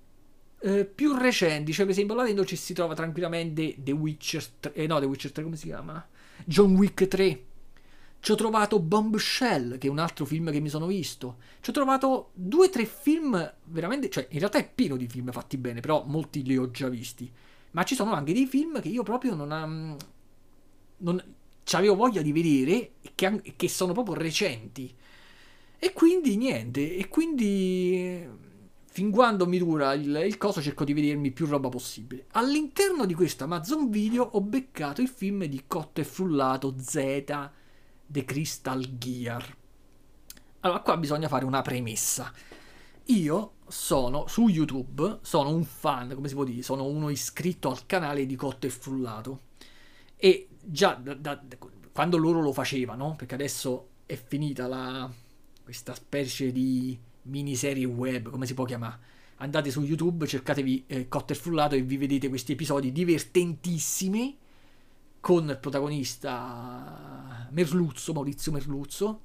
più recenti. Cioè, per esempio, là dentro ci si trova tranquillamente The Witcher 3, no, The Witcher 3 come si chiama? John Wick 3. Ci ho trovato Bombshell, che è un altro film che mi sono visto. Ci ho trovato 2 o 3 film veramente, cioè in realtà è pieno di film fatti bene, però molti li ho già visti. Ma ci sono anche dei film che io proprio non c'avevo voglia di vedere, che sono proprio recenti. E quindi niente, e quindi fin quando mi dura il coso cerco di vedermi più roba possibile. All'interno di questo Amazon Video ho beccato il film di Cotto e Frullato Z, The Crystal Gear. Allora qua bisogna fare una premessa. Io sono su YouTube, sono un fan, come si può dire, sono uno iscritto al canale di Cotto e Frullato, e già quando loro lo facevano, perché adesso è finita questa specie di miniserie web, come si può chiamare, andate su YouTube, cercatevi Cotto e Frullato e vi vedete questi episodi divertentissimi con il protagonista Maurizio Merluzzo,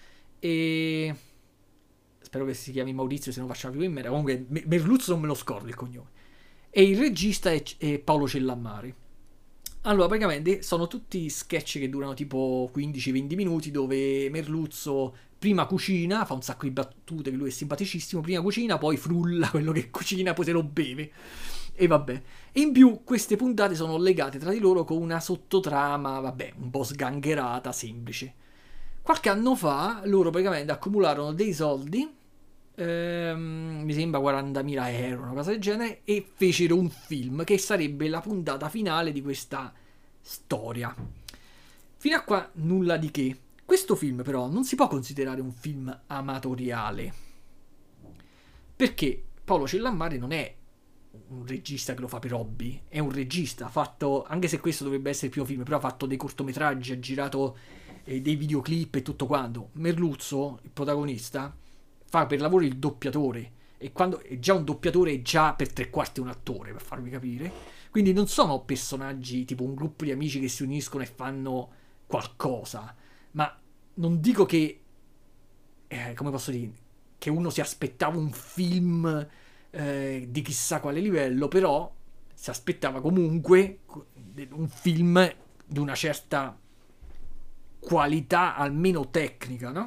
e spero che si chiami Maurizio, se non facciamo più in merda. Comunque Merluzzo non me lo scordo il cognome, e il regista è Paolo Cellammare. Allora, praticamente sono tutti sketch che durano tipo 15-20 minuti dove Merluzzo prima cucina, fa un sacco di battute che lui è simpaticissimo, prima cucina, poi frulla quello che cucina, poi se lo beve. E vabbè. E in più queste puntate sono legate tra di loro con una sottotrama, vabbè, un po' sgangherata, semplice. Qualche anno fa loro praticamente accumularono dei soldi, mi sembra 40.000 euro, una cosa del genere, e fecero un film che sarebbe la puntata finale di questa storia. Fino a qua nulla di che. Questo film però non si può considerare un film amatoriale, perché Paolo Cellammare non è un regista che lo fa per hobby, è un regista fatto, anche se questo dovrebbe essere il primo film, però ha fatto dei cortometraggi, ha girato dei videoclip e tutto quanto. Merluzzo, il protagonista, fa per lavoro il doppiatore, e quando è già un doppiatore è già per tre quarti un attore, per farvi capire. Quindi non sono personaggi tipo un gruppo di amici che si uniscono e fanno qualcosa, ma non dico che, come posso dire, che uno si aspettava un film di chissà quale livello, però si aspettava comunque un film di una certa qualità, almeno tecnica, no?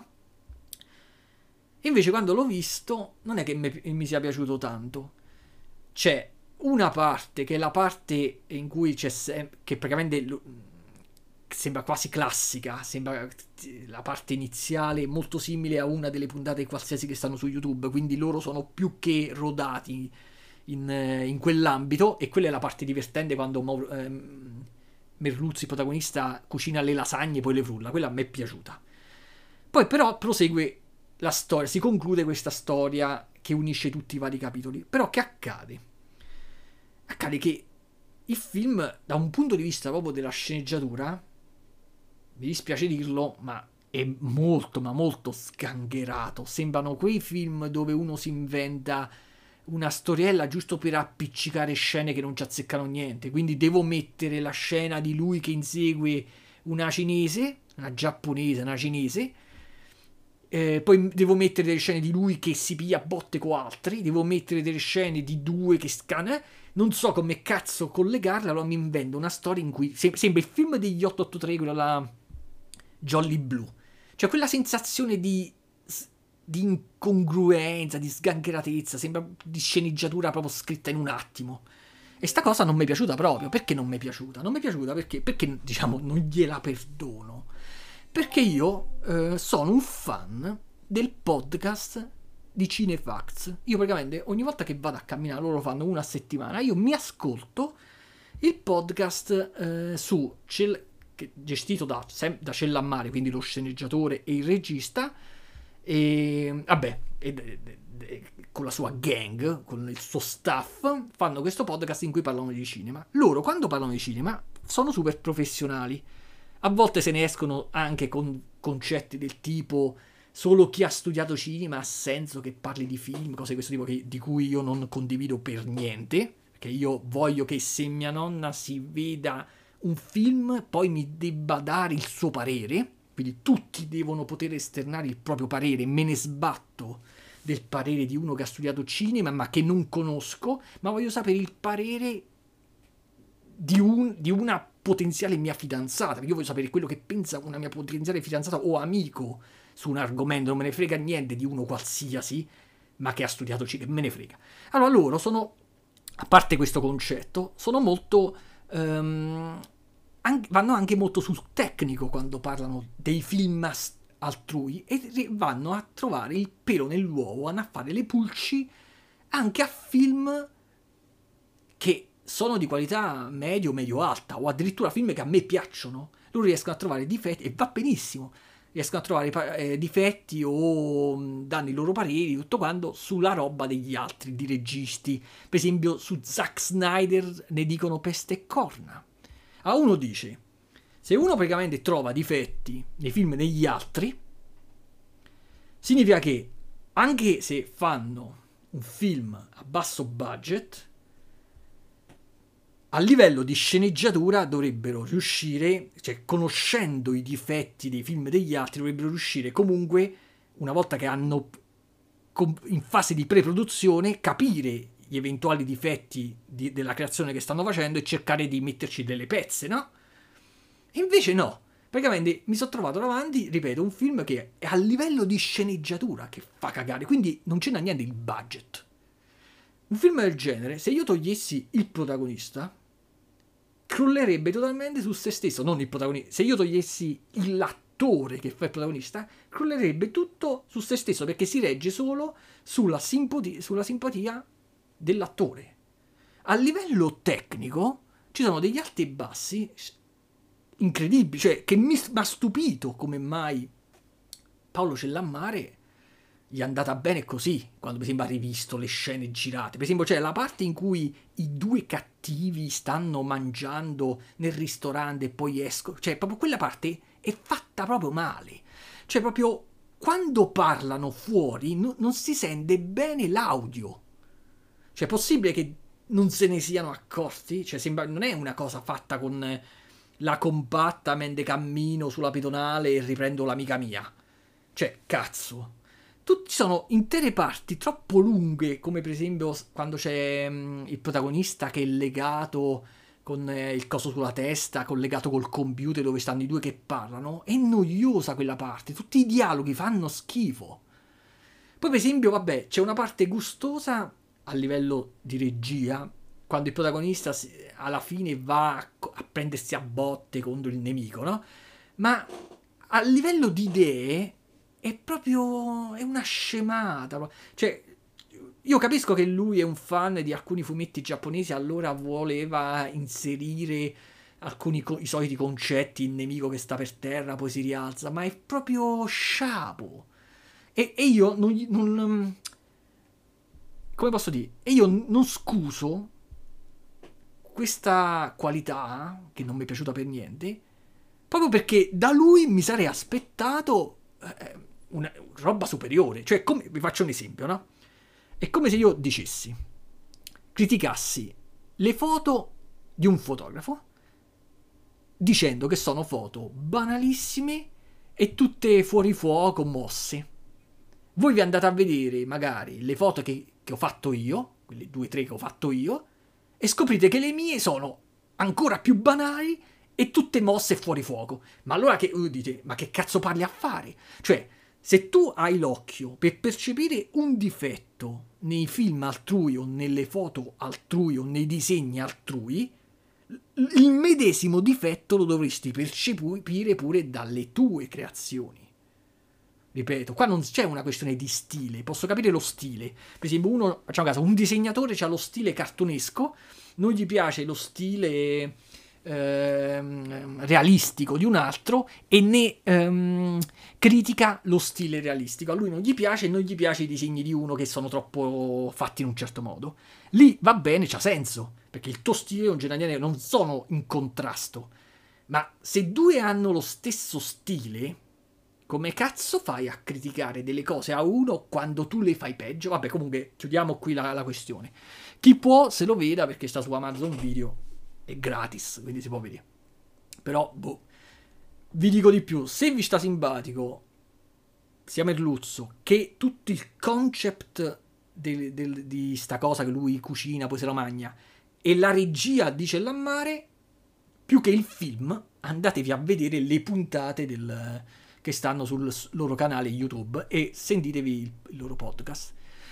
E invece quando l'ho visto non è che mi sia piaciuto tanto. C'è una parte che è la parte in cui che praticamente sembra quasi classica, sembra la parte iniziale molto simile a una delle puntate qualsiasi che stanno su YouTube, quindi loro sono più che rodati in quell'ambito, e quella è la parte divertente quando Merluzzi, protagonista, cucina le lasagne e poi le frulla. Quella a me è piaciuta. Poi però prosegue la storia, si conclude questa storia che unisce tutti i vari capitoli. Però che accade? Accade che il film, da un punto di vista proprio della sceneggiatura, mi dispiace dirlo, ma è molto, ma molto sgangherato. Sembrano quei film dove uno si inventa una storiella giusto per appiccicare scene che non ci azzeccano niente. Quindi devo mettere la scena di lui che insegue una cinese, una giapponese, una cinese. Poi devo mettere delle scene di lui che si piglia a botte con altri. Devo mettere delle scene di due che scana. Non so come cazzo collegarla. Allora mi invento una storia in cui sembra il film degli 883, quello là, Jolly Blue. Cioè quella sensazione di incongruenza, di sgangheratezza, sembra di sceneggiatura proprio scritta in un attimo. E sta cosa non mi è piaciuta proprio. Perché non mi è piaciuta? Non mi è piaciuta perché diciamo, non gliela perdono. Perché io sono un fan del podcast di Cinefacts. Io praticamente ogni volta che vado a camminare, loro fanno una a settimana, io mi ascolto il podcast gestito da Cellammare, quindi lo sceneggiatore e il regista, e vabbè, con la sua gang, con il suo staff, fanno questo podcast in cui parlano di cinema. Loro quando parlano di cinema sono super professionali. A volte se ne escono anche con concetti del tipo solo chi ha studiato cinema ha senso che parli di film, cose di questo tipo di cui io non condivido per niente, perché io voglio che se mia nonna si veda un film poi mi debba dare il suo parere, quindi tutti devono poter esternare il proprio parere, me ne sbatto del parere di uno che ha studiato cinema ma che non conosco, ma voglio sapere il parere di una potenziale mia fidanzata, perché io voglio sapere quello che pensa una mia potenziale fidanzata o amico su un argomento, non me ne frega niente di uno qualsiasi, ma che ha studiato cinema, me ne frega. Allora loro sono, a parte questo concetto, sono molto vanno anche molto sul tecnico quando parlano dei film altrui, e vanno a trovare il pelo nell'uovo, vanno a fare le pulci anche a film che sono di qualità medio-alta, o addirittura film che a me piacciono. Loro riescono a trovare difetti, e va benissimo, riescono a trovare difetti o danno i loro pareri, tutto quanto, sulla roba degli altri, di registi. Per esempio su Zack Snyder ne dicono peste e corna. A uno dice, se uno praticamente trova difetti nei film degli altri, significa che anche se fanno un film a basso budget, a livello di sceneggiatura dovrebbero riuscire, cioè conoscendo i difetti dei film degli altri, dovrebbero riuscire comunque, una volta che hanno in fase di pre-produzione, capire gli eventuali difetti della creazione che stanno facendo e cercare di metterci delle pezze, no? E invece no. Praticamente mi sono trovato davanti, ripeto, un film che è a livello di sceneggiatura che fa cagare, quindi non c'è niente il budget. Un film del genere, se io togliessi il protagonista, crollerebbe totalmente su se stesso, non il protagonista. Se io togliessi l'attore che fa il protagonista, crollerebbe tutto su se stesso, perché si regge solo sulla simpatia dell'attore. A livello tecnico ci sono degli alti e bassi incredibili, cioè che mi ha stupito come mai Paolo Cellammare gli è andata bene così, quando per esempio ha rivisto le scene girate. Per esempio c'è la parte in cui i due cattivi stanno mangiando nel ristorante e poi escono, cioè proprio quella parte è fatta proprio male, cioè proprio quando parlano fuori non si sente bene l'audio, cioè è possibile che non se ne siano accorti? Cioè sembra, non è una cosa fatta con la compatta mentre cammino sulla pedonale e riprendo l'amica mia, cioè cazzo. Tutti sono intere parti troppo lunghe, come per esempio quando c'è il protagonista che è legato con il coso sulla testa, collegato col computer dove stanno i due che parlano. È noiosa quella parte, tutti i dialoghi fanno schifo. Poi per esempio, vabbè, c'è una parte gustosa a livello di regia, quando il protagonista alla fine va a prendersi a botte contro il nemico, no? Ma a livello di idee è proprio, è una scemata, cioè io capisco che lui è un fan di alcuni fumetti giapponesi, allora voleva inserire alcuni i soliti concetti, il nemico che sta per terra poi si rialza, ma è proprio sciapo, e io non come posso dire, e io non scuso questa qualità che non mi è piaciuta per niente, proprio perché da lui mi sarei aspettato una roba superiore. Cioè, come, vi faccio un esempio, no? È come se io dicessi, criticassi le foto di un fotografo dicendo che sono foto banalissime e tutte fuori fuoco, mosse. Voi vi andate a vedere magari le foto che ho fatto io, quelle 2 o 3 che ho fatto io, e scoprite che le mie sono ancora più banali e tutte mosse fuori fuoco. Ma allora che dite, ma che cazzo parli a fare? Cioè, se tu hai l'occhio per percepire un difetto nei film altrui o nelle foto altrui o nei disegni altrui, il medesimo difetto lo dovresti percepire pure dalle tue creazioni. Ripeto, qua non c'è una questione di stile, posso capire lo stile. Per esempio, uno, facciamo caso, un disegnatore ha lo stile cartonesco, non gli piace lo stile realistico di un altro e ne critica lo stile realistico. A lui non gli piace e non gli piace i disegni di uno che sono troppo fatti in un certo modo. Lì va bene, c'ha senso, perché il tuo stile e un genere non sono in contrasto. Ma se due hanno lo stesso stile, come cazzo fai a criticare delle cose a uno quando tu le fai peggio? Vabbè, comunque chiudiamo qui la questione. Chi può se lo veda, perché sta su Amazon Video, è gratis, quindi si può vedere. Però, boh, vi dico di più, se vi sta simpatico sia Merluzzo che tutto il concept di sta cosa che lui cucina, poi se lo mangia, e la regia di Cellammare, più che il film, andatevi a vedere le puntate che stanno sul loro canale YouTube e sentitevi il loro podcast.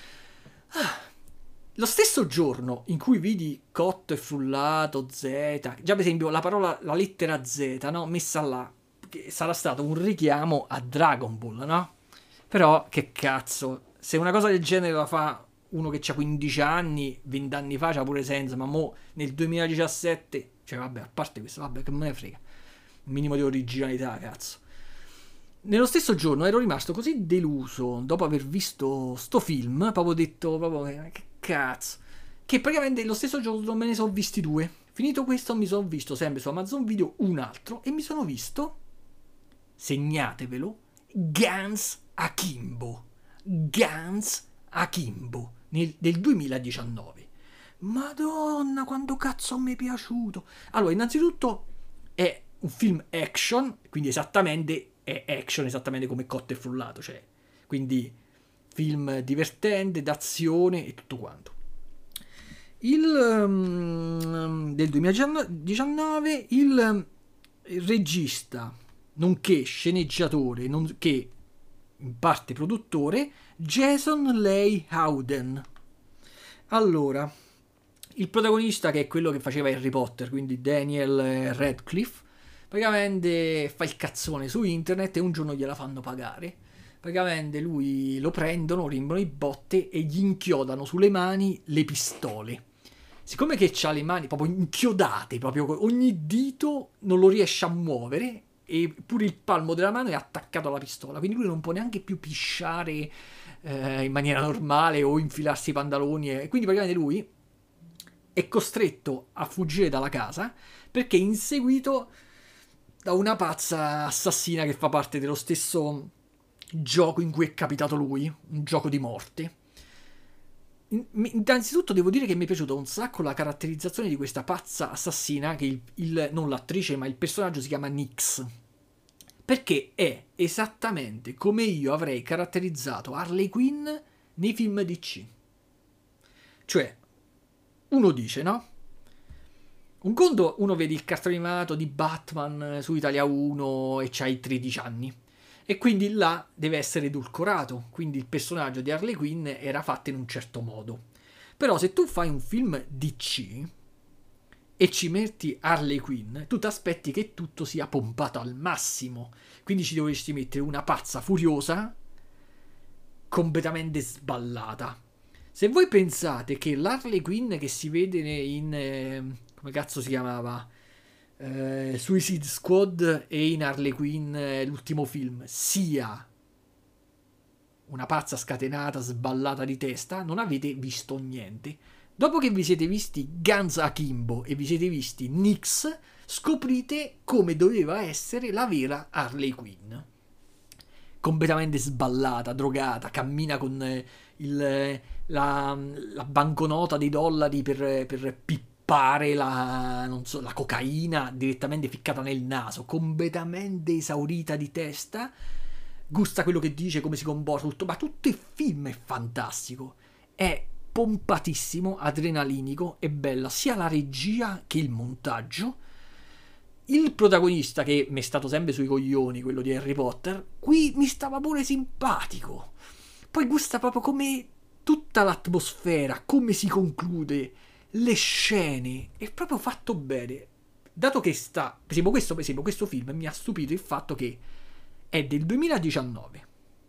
Lo stesso giorno in cui vidi cotto e frullato, Z, già per esempio la lettera Z, no? Messa là, che sarà stato un richiamo a Dragon Ball, no? Però, che cazzo, se una cosa del genere la fa uno che ha 15 anni, 20 anni fa, c'ha pure senso, ma mo nel 2017, cioè vabbè, a parte questo, vabbè, che me ne frega. Un minimo di originalità, cazzo. Nello stesso giorno ero rimasto così deluso dopo aver visto sto film, proprio detto, proprio, che cazzo, che praticamente lo stesso giorno me ne sono visti 2. Finito questo mi sono visto sempre su Amazon Video un altro e mi sono visto, segnatevelo, Guns Akimbo. Guns Akimbo del 2019. Madonna, quanto cazzo mi è piaciuto. Allora, innanzitutto è un film action, quindi esattamente è action, esattamente come Cotto e Frullato, cioè, quindi film divertente, d'azione e tutto quanto. Del 2019 il regista, nonché sceneggiatore, nonché in parte produttore, Jason Leigh Howden. Allora, il protagonista, che è quello che faceva Harry Potter, quindi Daniel Radcliffe, praticamente fa il cazzone su internet e un giorno gliela fanno pagare. Praticamente lui lo prendono, riempono i botte e gli inchiodano sulle mani le pistole. Siccome che ha le mani proprio inchiodate, proprio ogni dito non lo riesce a muovere e pure il palmo della mano è attaccato alla pistola, quindi lui non può neanche più pisciare in maniera normale o infilarsi i pantaloni, e quindi praticamente lui è costretto a fuggire dalla casa perché è inseguito da una pazza assassina che fa parte dello stesso gioco in cui è capitato lui, un gioco di morte. Innanzitutto devo dire che mi è piaciuta un sacco la caratterizzazione di questa pazza assassina, che non l'attrice ma il personaggio si chiama Nyx, perché è esattamente come io avrei caratterizzato Harley Quinn nei film DC. Cioè, uno dice, no? Un conto, uno vede il cartone animato di Batman su Italia 1 e c'hai 13 anni. E quindi là deve essere edulcorato. Quindi il personaggio di Harley Quinn era fatto in un certo modo. Però se tu fai un film DC e ci metti Harley Quinn, tu ti aspetti che tutto sia pompato al massimo. Quindi ci dovresti mettere una pazza furiosa completamente sballata. Se voi pensate che l'Harley Quinn che si vede in come cazzo si chiamava? Suicide Squad e in Harley Quinn, l'ultimo film, sia una pazza scatenata, sballata di testa, non avete visto niente. Dopo che vi siete visti Guns Akimbo e vi siete visti Nyx, scoprite come doveva essere la vera Harley Quinn. Completamente sballata, drogata, cammina con la banconota dei dollari per pippare la cocaina direttamente ficcata nel naso, completamente esaurita di testa, gusta quello che dice, come si comporta, tutto, ma tutto il film è fantastico, è pompatissimo, adrenalinico, è bella sia la regia che il montaggio. Il protagonista, che mi è stato sempre sui coglioni, quello di Harry Potter, qui mi stava pure simpatico. Poi gusta proprio come tutta l'atmosfera, come si conclude, le scene, è proprio fatto bene. Dato che per esempio questo film mi ha stupito il fatto che è del 2019.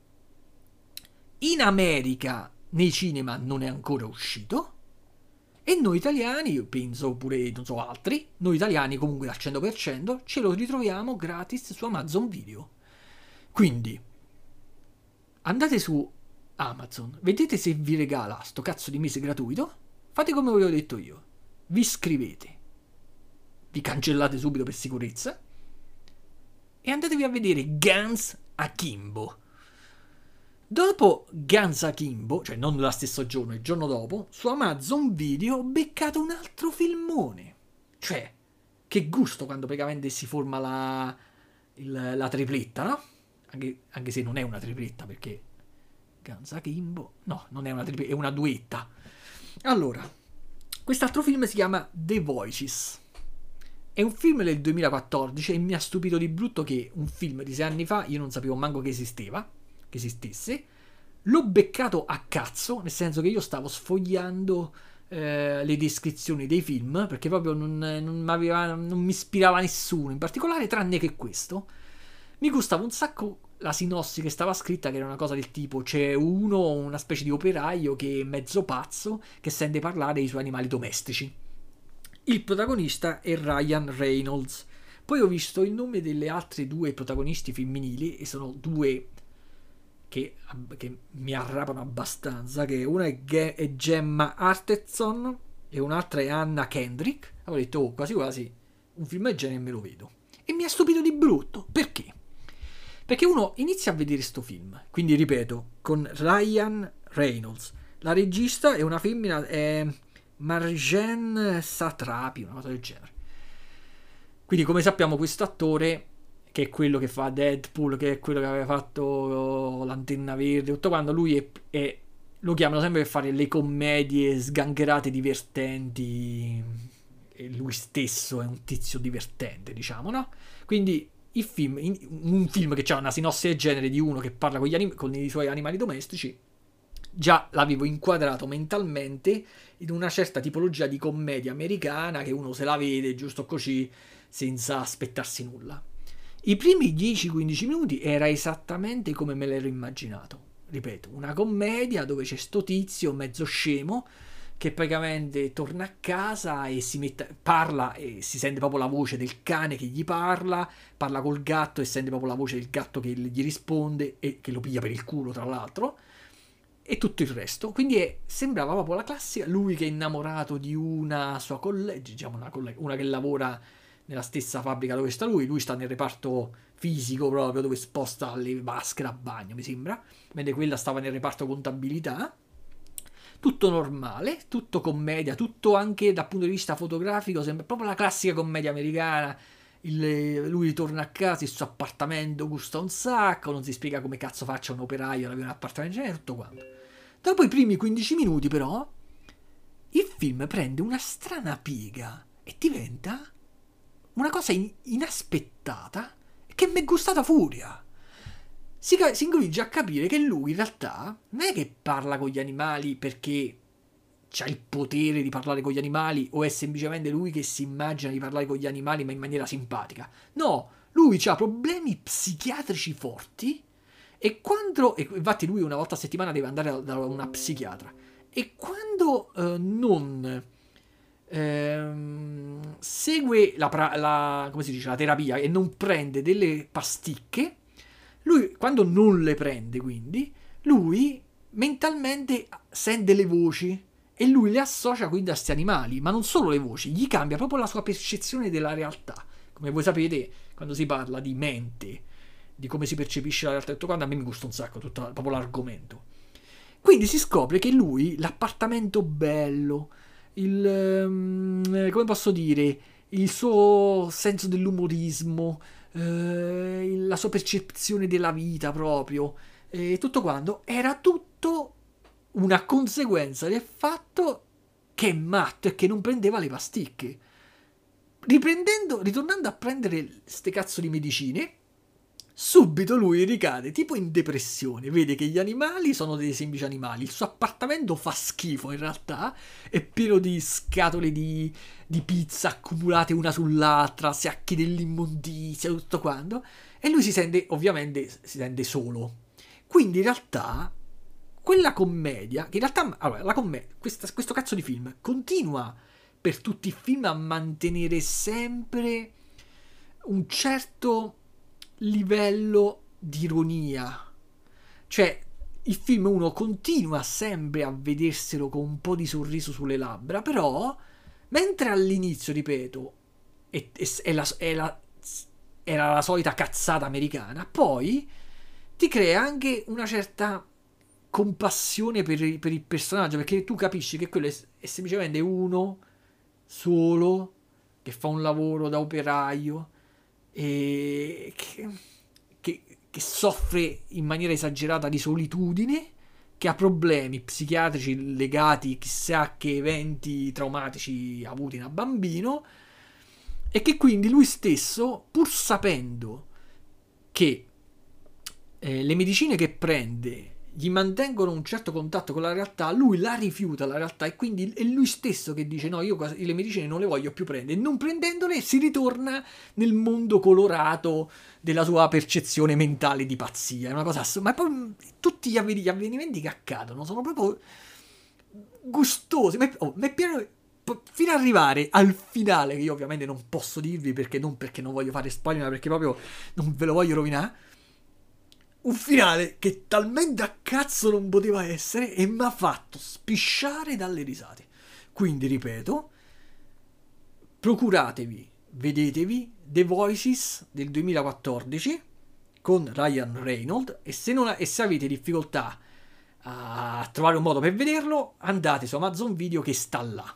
In America, nei cinema, non è ancora uscito. E noi italiani, io penso pure, non so, altri, noi italiani comunque al 100% ce lo ritroviamo gratis su Amazon Video. Quindi, andate su Amazon, vedete se vi regala sto cazzo di mese gratuito, fate come vi ho detto io, vi iscrivete, vi cancellate subito per sicurezza e andatevi a vedere Guns Akimbo. Dopo Guns Akimbo, cioè non lo stesso giorno, il giorno dopo, su Amazon Video ho beccato un altro filmone. Cioè, che gusto quando praticamente si forma la tripletta, no? Anche se non è una tripletta, perché Guns Akimbo, no, non è una tripletta, è una duetta. Allora, quest'altro film si chiama The Voices. È un film del 2014 e mi ha stupito di brutto che un film di 6 anni fa io non sapevo manco che esisteva, che esistesse. L'ho beccato a cazzo, nel senso che io stavo sfogliando le descrizioni dei film, perché proprio non mi ispirava nessuno in particolare, tranne che questo. Mi gustava un sacco la sinossi che stava scritta, che era una cosa del tipo: c'è una specie di operaio che è mezzo pazzo, che sente parlare dei suoi animali domestici. Il protagonista è Ryan Reynolds. Poi ho visto il nome delle altre due protagonisti femminili e sono due che mi arrapano abbastanza, che una è Gemma Arterton e un'altra è Anna Kendrick. Avevo detto, oh, quasi quasi un film del genere me lo vedo. E mi ha stupito di brutto. Perché? Perché uno inizia a vedere sto film, quindi ripeto, con Ryan Reynolds. La regista è una femmina, è Marjane Satrapi, una cosa del genere. Quindi, come sappiamo, questo attore, che è quello che fa Deadpool, che è quello che aveva fatto l'Antenna Verde, tutto quando lui lo chiamano sempre per fare le commedie sgangherate divertenti, e lui stesso è un tizio divertente, diciamo, no? Quindi il film, un film che ha una sinossi del genere di uno che parla con i suoi animali domestici, già l'avevo inquadrato mentalmente in una certa tipologia di commedia americana che uno se la vede giusto così senza aspettarsi nulla. I primi 10-15 minuti era esattamente come me l'ero immaginato. Ripeto, una commedia dove c'è sto tizio mezzo scemo che praticamente torna a casa e parla e si sente proprio la voce del cane che gli parla col gatto e sente proprio la voce del gatto che gli risponde e che lo piglia per il culo, tra l'altro, e tutto il resto. Quindi sembrava proprio la classica, lui che è innamorato di una sua collega, diciamo una che lavora nella stessa fabbrica dove sta lui sta nel reparto fisico proprio, dove sposta le maschere a bagno, mi sembra, mentre quella stava nel reparto contabilità. Tutto normale, tutto commedia, tutto anche dal punto di vista fotografico, sembra proprio la classica commedia americana. Lui ritorna a casa, il suo appartamento gusta un sacco, non si spiega come cazzo faccia un operaio ad avere un appartamento, tutto quanto. Dopo i primi 15 minuti però, il film prende una strana piega e diventa una cosa inaspettata che mi è gustata furia. Si incomincia a capire che lui in realtà non è che parla con gli animali perché c'ha il potere di parlare con gli animali o è semplicemente lui che si immagina di parlare con gli animali ma in maniera simpatica. No, lui ha problemi psichiatrici forti e infatti lui una volta a settimana deve andare da una psichiatra e quando non segue come si dice, la terapia e non prende delle pasticche, lui quando non le prende, quindi lui mentalmente sente le voci e lui le associa quindi a questi animali, ma non solo le voci, gli cambia proprio la sua percezione della realtà. Come voi sapete, quando si parla di mente, di come si percepisce la realtà, tutto quanto, a me mi gusta un sacco tutto proprio l'argomento. Quindi si scopre che lui, l'appartamento bello, come posso dire, il suo senso dell'umorismo, la sua percezione della vita proprio, tutto quanto, era tutto una conseguenza del fatto che è matto e che non prendeva le pasticche. Ritornando a prendere ste cazzo di medicine, subito lui ricade tipo in depressione, vede che gli animali sono dei semplici animali, il suo appartamento fa schifo in realtà, è pieno di scatole di pizza accumulate una sull'altra, sacchi dell'immondizia, tutto quanto, e lui si sente solo. Quindi in realtà quella commedia, che in realtà allora, questo cazzo di film continua per tutti i film a mantenere sempre un certo livello di ironia. Cioè, il film uno continua sempre a vederselo con un po' di sorriso sulle labbra, però, mentre all'inizio, ripeto, era la solita cazzata americana, poi ti crea anche una certa compassione per il personaggio, perché tu capisci che quello è semplicemente uno solo che fa un lavoro da operaio e che soffre in maniera esagerata di solitudine, che ha problemi psichiatrici legati chissà a che eventi traumatici avuti da bambino, e che quindi lui stesso, pur sapendo che le medicine che prende gli mantengono un certo contatto con la realtà, lui la rifiuta la realtà e quindi è lui stesso che dice no, io le medicine non le voglio più prendere, e non prendendole si ritorna nel mondo colorato della sua percezione mentale di pazzia. È una cosa ma poi tutti gli avvenimenti che accadono sono proprio gustosi, fino ad arrivare al finale, che io ovviamente non posso dirvi perché non voglio fare spoiler, ma perché proprio non ve lo voglio rovinare. Un finale che talmente a cazzo non poteva essere e mi ha fatto spisciare dalle risate. Quindi ripeto, procuratevi, vedetevi The Voices del 2014 con Ryan Reynolds, e se avete difficoltà a trovare un modo per vederlo, andate su Amazon Video che sta là.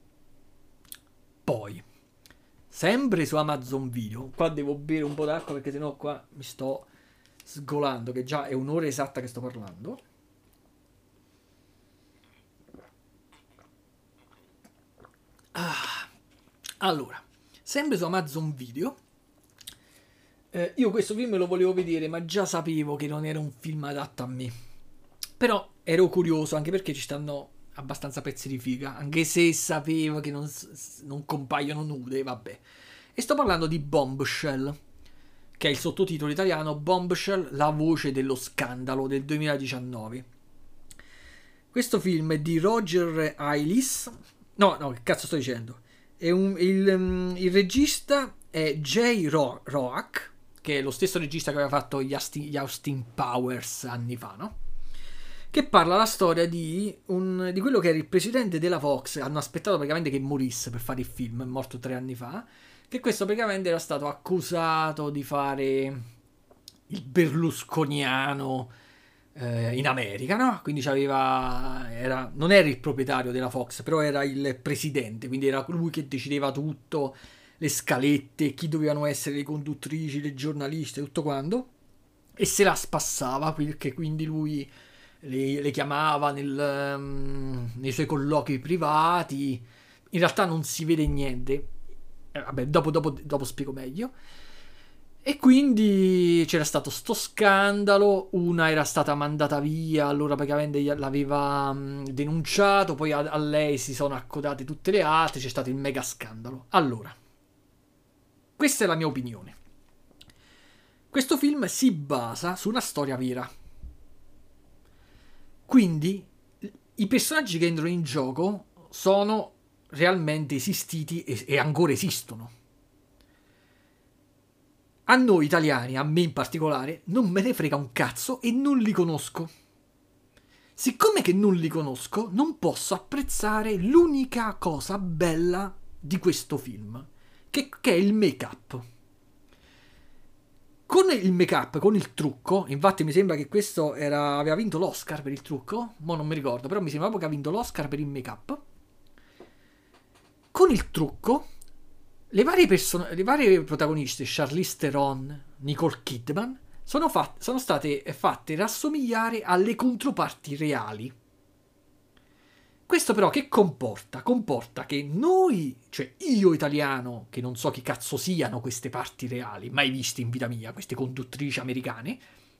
Poi, sempre su Amazon Video, qua devo bere un po' d'acqua perché sennò qua mi sto sgolando, che già è un'ora esatta che sto parlando. Allora, sempre su Amazon Video, io questo film lo volevo vedere, ma già sapevo che non era un film adatto a me. Però ero curioso, anche perché ci stanno abbastanza pezzi di figa, anche se sapevo che non compaiono nude, vabbè. E sto parlando di Bombshell, che è il sottotitolo italiano Bombshell, la voce dello scandalo del 2019. Questo film è di Roger Ailes. No, che cazzo sto dicendo? Il regista è Jay Roach, che è lo stesso regista che aveva fatto gli Austin Powers anni fa, no? Che parla la storia di quello che era il presidente della Fox. Hanno aspettato praticamente che morisse per fare il film, è morto 3 anni fa. Che questo praticamente era stato accusato di fare il berlusconiano in America, no? Quindi non era il proprietario della Fox, però era il presidente, quindi era lui che decideva tutto, le scalette, chi dovevano essere le conduttrici, le giornaliste, tutto quanto, e se la spassava, perché quindi lui le chiamava nei suoi colloqui privati. In realtà non si vede niente, vabbè, dopo spiego meglio. E quindi c'era stato sto scandalo, una era stata mandata via, allora praticamente l'aveva denunciato, poi a lei si sono accodate tutte le altre, c'è stato il mega scandalo. Allora, questa è la mia opinione. Questo film si basa su una storia vera. Quindi i personaggi che entrano in gioco sono realmente esistiti e ancora esistono. A noi italiani, a me in particolare, non me ne frega un cazzo e non li conosco. Siccome che non li conosco, non posso apprezzare l'unica cosa bella di questo film, che è il make-up. Con il make-up, con il trucco, infatti mi sembra che questo aveva vinto l'Oscar per il trucco, ma non mi ricordo, però mi sembra proprio che ha vinto l'Oscar per il make-up. Con il trucco, le varie protagoniste, Charlize Theron, Nicole Kidman, sono state fatte rassomigliare alle controparti reali. Questo però che comporta? Comporta che noi, cioè io italiano, che non so chi cazzo siano queste parti reali, mai viste in vita mia, queste conduttrici americane,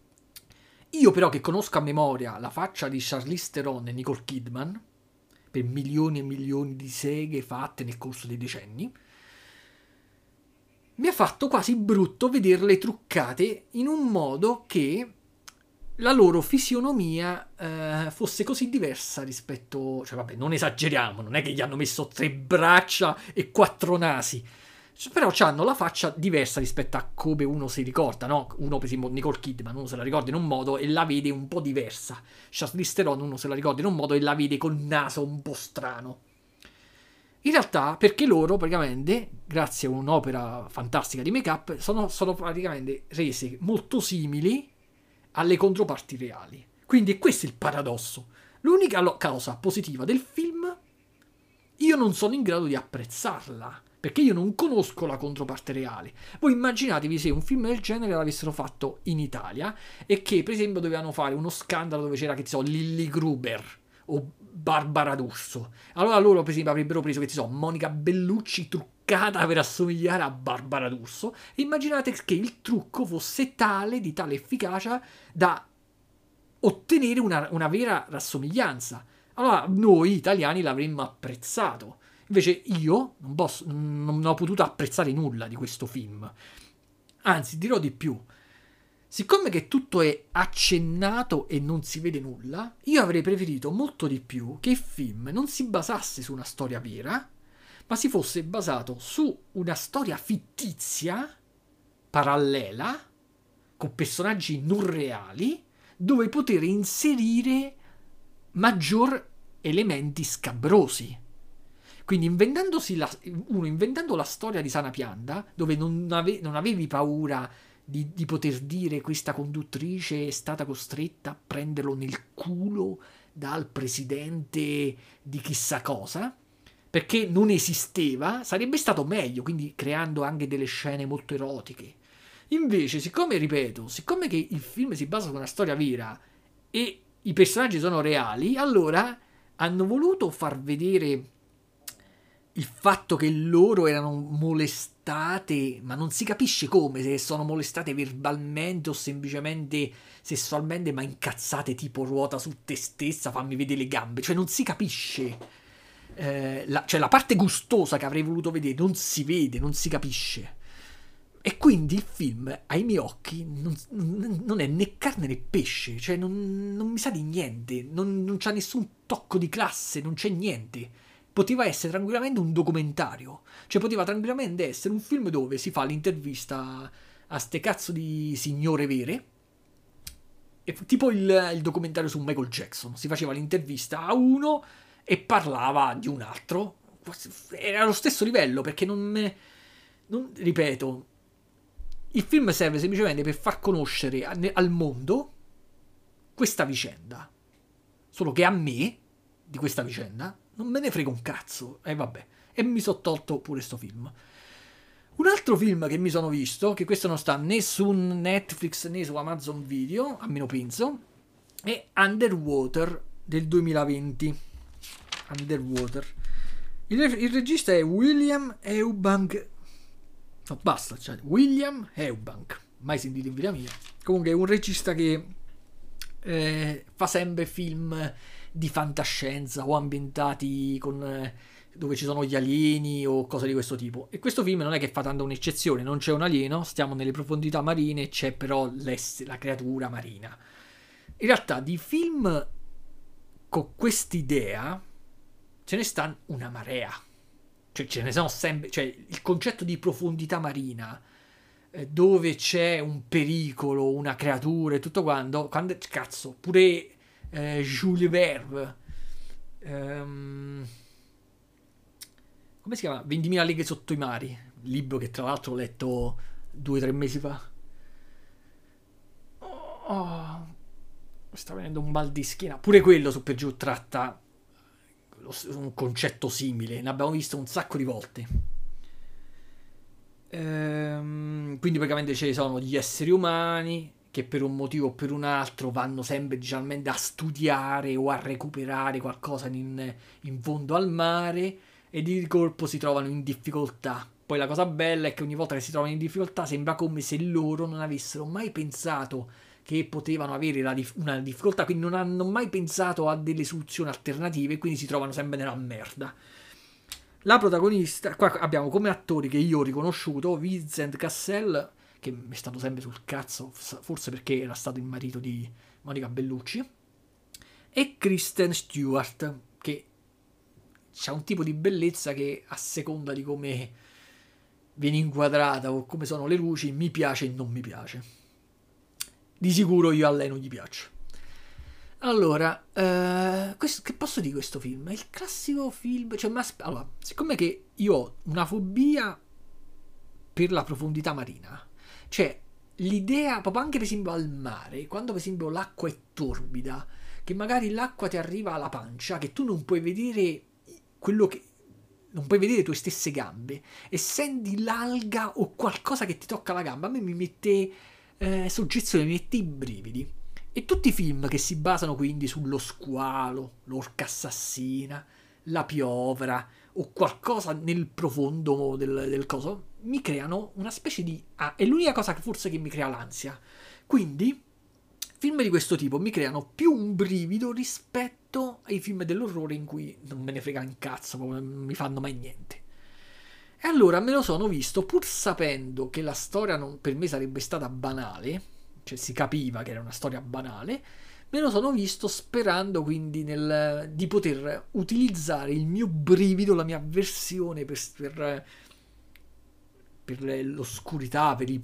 io però che conosco a memoria la faccia di Charlize Theron e Nicole Kidman, per milioni e milioni di seghe fatte nel corso dei decenni, mi ha fatto quasi brutto vederle truccate in un modo che la loro fisionomia fosse così diversa rispetto... Cioè vabbè, non esageriamo, non è che gli hanno messo 3 braccia e 4 nasi, però hanno la faccia diversa rispetto a come uno si ricorda, no? Uno per esempio Nicole Kidman, uno se la ricorda in un modo e la vede un po' diversa. Charlize Theron uno se la ricorda in un modo e la vede col naso un po' strano. In realtà, perché loro praticamente, grazie a un'opera fantastica di make-up, sono praticamente rese molto simili alle controparti reali. Quindi questo è il paradosso. L'unica cosa positiva del film, io non sono in grado di apprezzarla, perché io non conosco la controparte reale. Voi immaginatevi se un film del genere l'avessero fatto in Italia e che per esempio dovevano fare uno scandalo dove c'era, che so, Lily Gruber o Barbara D'Urso. Allora loro per esempio avrebbero preso, che so, Monica Bellucci truccata per assomigliare a Barbara D'Urso, e immaginate che il trucco fosse di tale efficacia da ottenere una vera rassomiglianza. Allora noi italiani l'avremmo apprezzato. Invece io non ho potuto apprezzare nulla di questo film. Anzi, dirò di più. Siccome che tutto è accennato e non si vede nulla, io avrei preferito molto di più che il film non si basasse su una storia vera, ma si fosse basato su una storia fittizia, parallela, con personaggi non reali, dove poter inserire maggior elementi scabrosi. Quindi inventando la storia di Sana Pianta, dove non avevi paura di poter dire questa conduttrice è stata costretta a prenderlo nel culo dal presidente di chissà cosa, perché non esisteva, sarebbe stato meglio, quindi creando anche delle scene molto erotiche. Invece, siccome che il film si basa su una storia vera e i personaggi sono reali, allora hanno voluto far vedere il fatto che loro erano molestate, ma non si capisce come, se sono molestate verbalmente o semplicemente sessualmente, ma incazzate tipo ruota su te stessa, fammi vedere le gambe, cioè non si capisce. Cioè la parte gustosa che avrei voluto vedere non si vede, non si capisce. E quindi il film, ai miei occhi, non è né carne né pesce, cioè non mi sa di niente, non c'ha nessun tocco di classe, non c'è niente. Poteva essere tranquillamente un documentario, cioè poteva tranquillamente essere un film dove si fa l'intervista a ste cazzo di signore vere, tipo il documentario su Michael Jackson, si faceva l'intervista a uno e parlava di un altro, era allo stesso livello perché ripeto, il film serve semplicemente per far conoscere al mondo questa vicenda. Solo che a me, di questa vicenda, non me ne frega un cazzo. E vabbè. E mi sono tolto pure sto film. Un altro film che mi sono visto, che questo non sta né su Netflix né su Amazon Video, a meno penso, è Underwater del 2020. Underwater. Il regista è William Eubank. No, basta, cioè William Eubank, mai sentito in vita mia. Comunque è un regista che fa sempre film di fantascienza o ambientati con dove ci sono gli alieni o cose di questo tipo. E questo film non è che fa tanto un'eccezione, non c'è un alieno, stiamo nelle profondità marine, c'è però la creatura marina. In realtà di film con quest'idea ce ne sta una marea. Cioè ce ne sono sempre, cioè il concetto di profondità marina, dove c'è un pericolo, una creatura e tutto quando cazzo, pure Jules Verne, come si chiama? 20.000 leghe sotto i mari, libro che tra l'altro ho letto 2 o 3 mesi fa. Mi sta venendo un mal di schiena. Pure quello su per giù tratta un concetto simile, ne abbiamo visto un sacco di volte. Quindi praticamente ci sono gli esseri umani che per un motivo o per un altro vanno sempre generalmente a studiare o a recuperare qualcosa in fondo al mare e di colpo si trovano in difficoltà. Poi la cosa bella è che ogni volta che si trovano in difficoltà sembra come se loro non avessero mai pensato che potevano avere una difficoltà, quindi non hanno mai pensato a delle soluzioni alternative e quindi si trovano sempre nella merda. La protagonista, qua abbiamo come attori che io ho riconosciuto Vincent Cassel, che mi è stato sempre sul cazzo, forse perché era stato il marito di Monica Bellucci, e Kristen Stewart, che c'ha un tipo di bellezza che a seconda di come viene inquadrata o come sono le luci mi piace e non mi piace. Di sicuro io a lei non gli piaccio. Allora, che posso dire di questo film? È il classico film, cioè, allora, siccome che io ho una fobia per la profondità marina, cioè l'idea, proprio anche per esempio al mare, quando per esempio l'acqua è torbida, che magari l'acqua ti arriva alla pancia, che tu non puoi vedere quello che... non puoi vedere le tue stesse gambe, e senti l'alga o qualcosa che ti tocca la gamba, a me mi mette soggezione, mi mette i brividi. E tutti i film che si basano quindi sullo squalo, l'orca assassina, la piovra o qualcosa nel profondo del coso, mi creano una specie di... è l'unica cosa che forse che mi crea l'ansia. Quindi, film di questo tipo mi creano più un brivido rispetto ai film dell'orrore in cui non me ne frega un cazzo, non mi fanno mai niente. E allora me lo sono visto, pur sapendo che la storia per me sarebbe stata banale, cioè si capiva che era una storia banale, me lo sono visto sperando quindi di poter utilizzare il mio brivido, la mia avversione per l'oscurità, per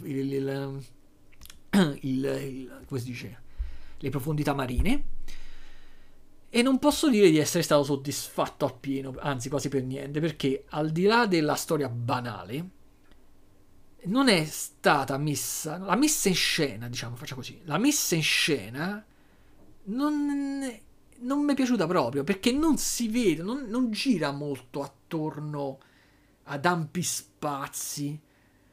come si dice, le profondità marine. E non posso dire di essere stato soddisfatto appieno, anzi quasi per niente, perché al di là della storia banale, non è stata messa, la messa in scena, diciamo, faccia così, la messa in scena non mi è piaciuta proprio, perché non si vede, non gira molto attorno ad ampi spazi,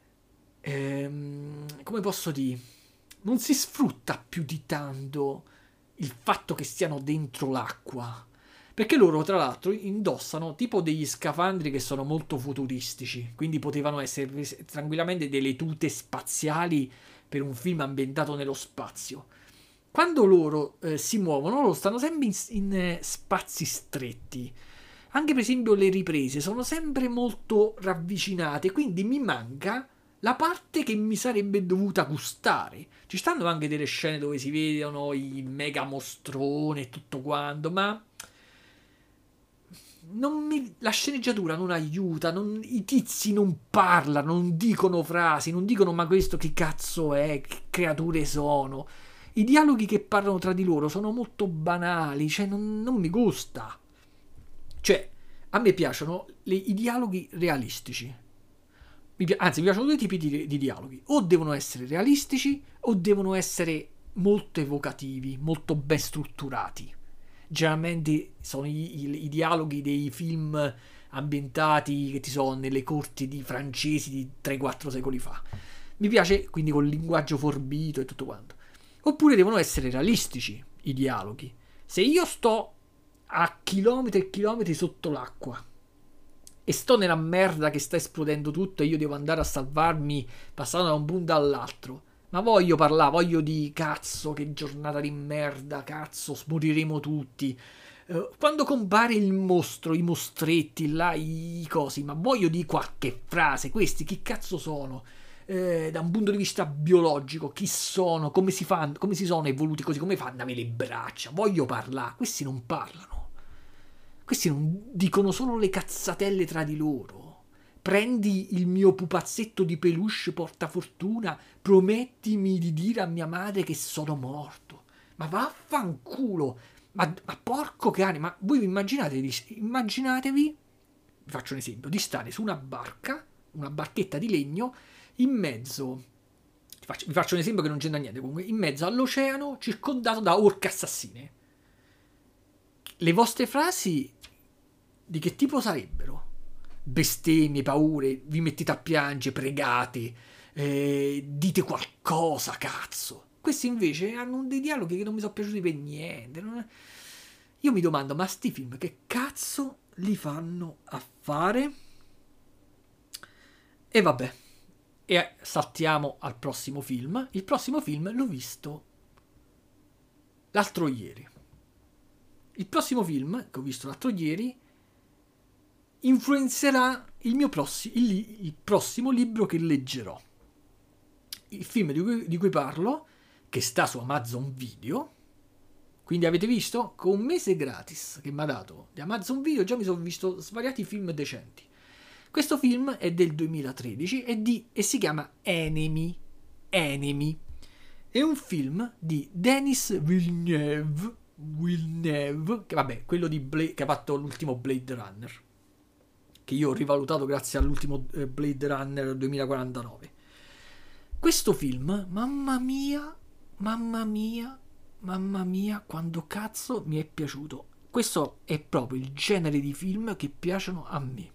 come posso dire, non si sfrutta più di tanto il fatto che stiano dentro l'acqua, Perché loro, tra l'altro, indossano tipo degli scafandri che sono molto futuristici, quindi potevano essere tranquillamente delle tute spaziali per un film ambientato nello spazio. Quando loro si muovono, loro stanno sempre in spazi stretti. Anche per esempio le riprese sono sempre molto ravvicinate, quindi mi manca la parte che mi sarebbe dovuta gustare. Ci stanno anche delle scene dove si vedono i mega mostroni e tutto quanto, ma la sceneggiatura non aiuta, i tizi non parlano, non dicono frasi, non dicono ma questo che cazzo è, che creature sono. I dialoghi che parlano tra di loro sono molto banali, cioè non mi gusta. Cioè, a me piacciono i dialoghi realistici. Anzi, mi piacciono due tipi di dialoghi. O devono essere realistici o devono essere molto evocativi, molto ben strutturati. Generalmente sono i dialoghi dei film ambientati che ti sono nelle corti di francesi di 3-4 secoli fa. Mi piace quindi col linguaggio forbito e tutto quanto. Oppure devono essere realistici i dialoghi. Se io sto a chilometri e chilometri sotto l'acqua e sto nella merda che sta esplodendo tutto e io devo andare a salvarmi passando da un punto all'altro, ma voglio parlare, voglio di cazzo, che giornata di merda, cazzo, moriremo tutti. Quando compare il mostro, i mostretti, là, i cosi, ma voglio di qualche frase, questi chi cazzo sono? Da un punto di vista biologico, chi sono, come si fanno, come si sono evoluti così, come fanno ad avere le braccia? Voglio parlare, questi non parlano. Questi non dicono solo le cazzatelle tra di loro. Prendi il mio pupazzetto di peluche portafortuna, promettimi di dire a mia madre che sono morto. Ma vaffanculo! Ma porco cane, ma voi vi immaginatevi, vi faccio un esempio, di stare su una barca, una barchetta di legno, in mezzo, vi faccio un esempio che non c'entra niente comunque, in mezzo all'oceano circondato da orche assassine. Le vostre frasi di che tipo sarebbero? Bestemmie, paure, vi mettete a piangere, pregate, dite qualcosa, cazzo. Questi invece hanno dei dialoghi che non mi sono piaciuti per niente. Io mi domando, ma sti film che cazzo li fanno a fare? E vabbè, e saltiamo al prossimo film. Il prossimo film l'ho visto l'altro ieri. Il prossimo film che ho visto l'altro ieri influenzerà il prossimo libro che leggerò. Il film di cui parlo, che sta su Amazon Video, quindi avete visto? Con un mese gratis che mi ha dato di Amazon Video già mi sono visto svariati film decenti. Questo film è del 2013 e si chiama Enemy. Enemy. È un film di Denis Villeneuve, che vabbè, quello che ha fatto l'ultimo Blade Runner, che io ho rivalutato grazie all'ultimo Blade Runner 2049. Questo film, mamma mia, quando cazzo mi è piaciuto. Questo è proprio il genere di film che piacciono a me.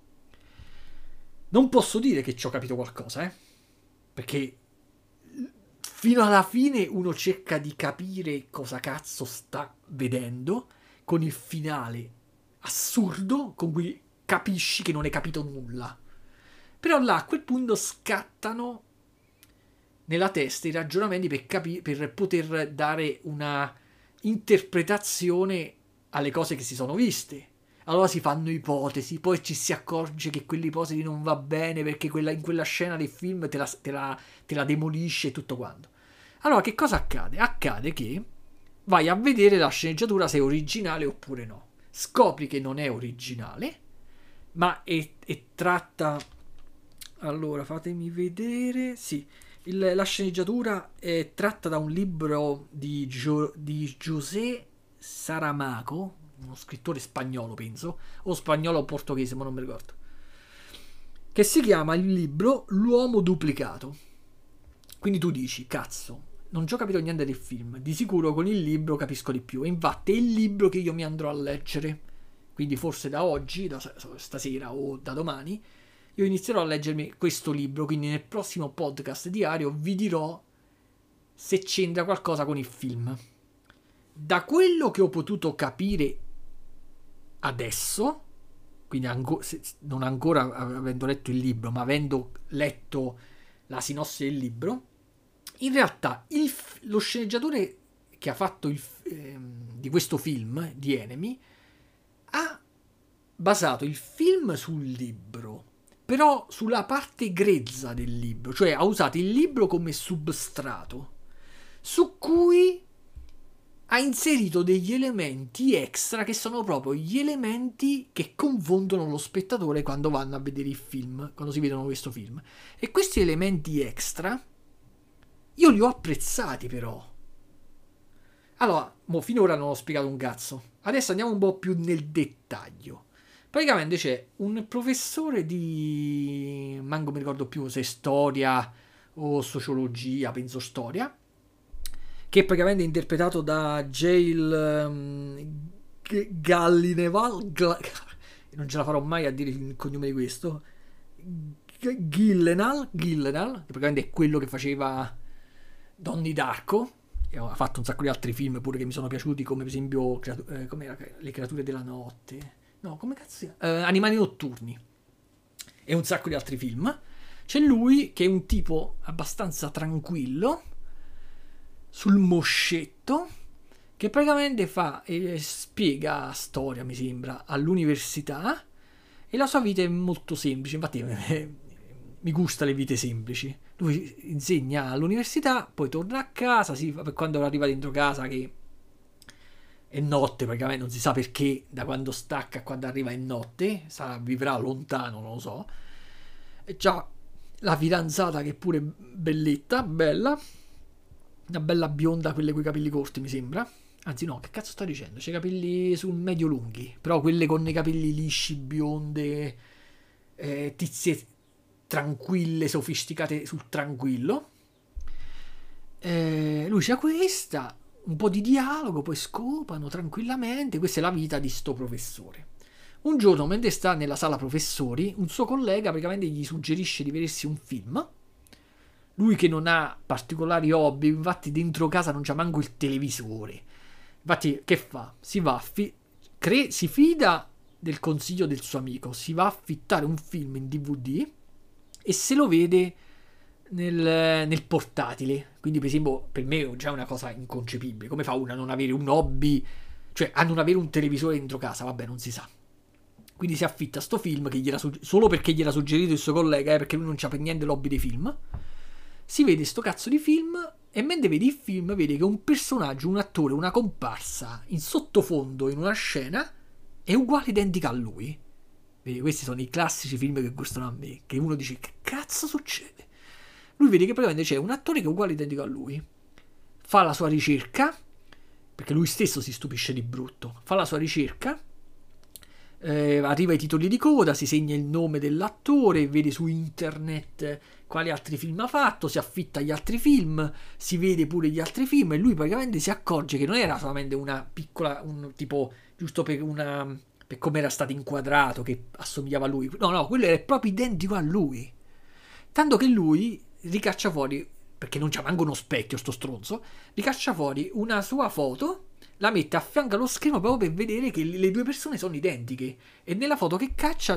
Non posso dire che ci ho capito qualcosa, perché fino alla fine uno cerca di capire cosa cazzo sta vedendo, con il finale assurdo con cui capisci che non hai capito nulla. Però là a quel punto scattano nella testa i ragionamenti per poter dare una interpretazione alle cose che si sono viste. Allora si fanno ipotesi, poi ci si accorge che quell'ipotesi non va bene perché in quella scena del film te la demolisce e tutto quanto. Allora che cosa accade? Accade che vai a vedere la sceneggiatura se è originale oppure no. Scopri che non è originale, ma è tratta... Allora, fatemi vedere... Sì, la sceneggiatura è tratta da un libro di José Saramago, uno scrittore spagnolo, penso, o spagnolo o portoghese, ma non mi ricordo, che si chiama il libro L'uomo duplicato. Quindi tu dici, cazzo, non ci ho capito niente del film, di sicuro con il libro capisco di più, e infatti è il libro che io mi andrò a leggere, quindi forse da oggi, da stasera o da domani, io inizierò a leggermi questo libro, quindi nel prossimo podcast diario vi dirò se c'entra qualcosa con il film. Da quello che ho potuto capire adesso, quindi non ancora avendo letto il libro, ma avendo letto la sinossi del libro, in realtà lo sceneggiatore che ha fatto di questo film, di Enemy, ha basato il film sul libro, però sulla parte grezza del libro, cioè ha usato il libro come substrato, su cui ha inserito degli elementi extra che sono proprio gli elementi che confondono lo spettatore quando vanno a vedere il film, quando si vedono questo film. E questi elementi extra io li ho apprezzati però. Allora, finora non ho spiegato un cazzo. Adesso andiamo un po' più nel dettaglio. Praticamente c'è un professore di... manco mi ricordo più se storia o sociologia, penso storia, che praticamente è interpretato da Gallineval, non ce la farò mai a dire il cognome di questo, Gillenal, che praticamente è quello che faceva Donnie Darko, e ha fatto un sacco di altri film pure che mi sono piaciuti, come per esempio Le creature della notte, no, come cazzo Animali notturni, e un sacco di altri film. C'è lui che è un tipo abbastanza tranquillo, sul moscetto, che praticamente spiega storia, mi sembra, all'università, e la sua vita è molto semplice. Infatti mi gusta le vite semplici. Lui insegna all'università, poi torna a casa, per quando arriva dentro casa che è notte, praticamente non si sa perché, da quando stacca a quando arriva è notte, vivrà lontano, non lo so. E già la fidanzata che è pure belletta, bella, una bella bionda, quelle coi capelli corti mi sembra, anzi no, che cazzo sto dicendo, c'è i capelli sul medio lunghi, però quelle con i capelli lisci, bionde, tizie tranquille, sofisticate sul tranquillo. Lui c'ha questa, un po' di dialogo, poi scopano tranquillamente. Questa è la vita di sto professore. Un giorno, mentre sta nella sala professori, un suo collega praticamente gli suggerisce di vedersi un film. Lui che non ha particolari hobby, infatti dentro casa non c'ha manco il televisore. Infatti che fa? Si va si fida del consiglio del suo amico, si va a affittare un film in DVD e se lo vede nel portatile. Quindi per esempio per me è già una cosa inconcepibile. Come fa uno a non avere un hobby, cioè a non avere un televisore dentro casa? Vabbè, non si sa. Quindi si affitta sto film che solo perché gliel'ha suggerito il suo collega, perché lui non c'ha per niente l'hobby dei film. Si vede sto cazzo di film e mentre vedi il film vede che un personaggio, un attore, una comparsa in sottofondo in una scena è uguale, identica a lui. Vedi, questi sono i classici film che gustano a me, che uno dice che cazzo succede? Lui vede che praticamente c'è un attore che è uguale, identico a lui, fa la sua ricerca, perché lui stesso si stupisce di brutto, fa la sua ricerca, arriva ai titoli di coda, si segna il nome dell'attore, vede su internet quali altri film ha fatto, si affitta gli altri film, si vede pure gli altri film e lui praticamente si accorge che non era solamente una piccola, un tipo giusto per come era stato inquadrato che assomigliava a lui, no, quello era proprio identico a lui, tanto che lui ricaccia fuori, perché non c'ha manco uno specchio sto stronzo, ricaccia fuori una sua foto, la mette a fianco allo schermo proprio per vedere che le due persone sono identiche, e nella foto che caccia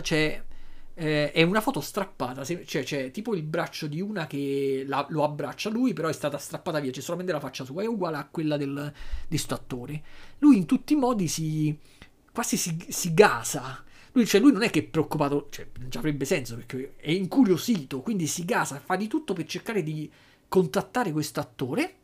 è una foto strappata, cioè c'è tipo il braccio di una che lo abbraccia lui, però è stata strappata via, c'è solamente la faccia sua, è uguale a quella di sto attore. Lui in tutti i modi quasi si gasa. Lui non è che è preoccupato, cioè non ci avrebbe senso perché è incuriosito, quindi si gasa, fa di tutto per cercare di contattare questo attore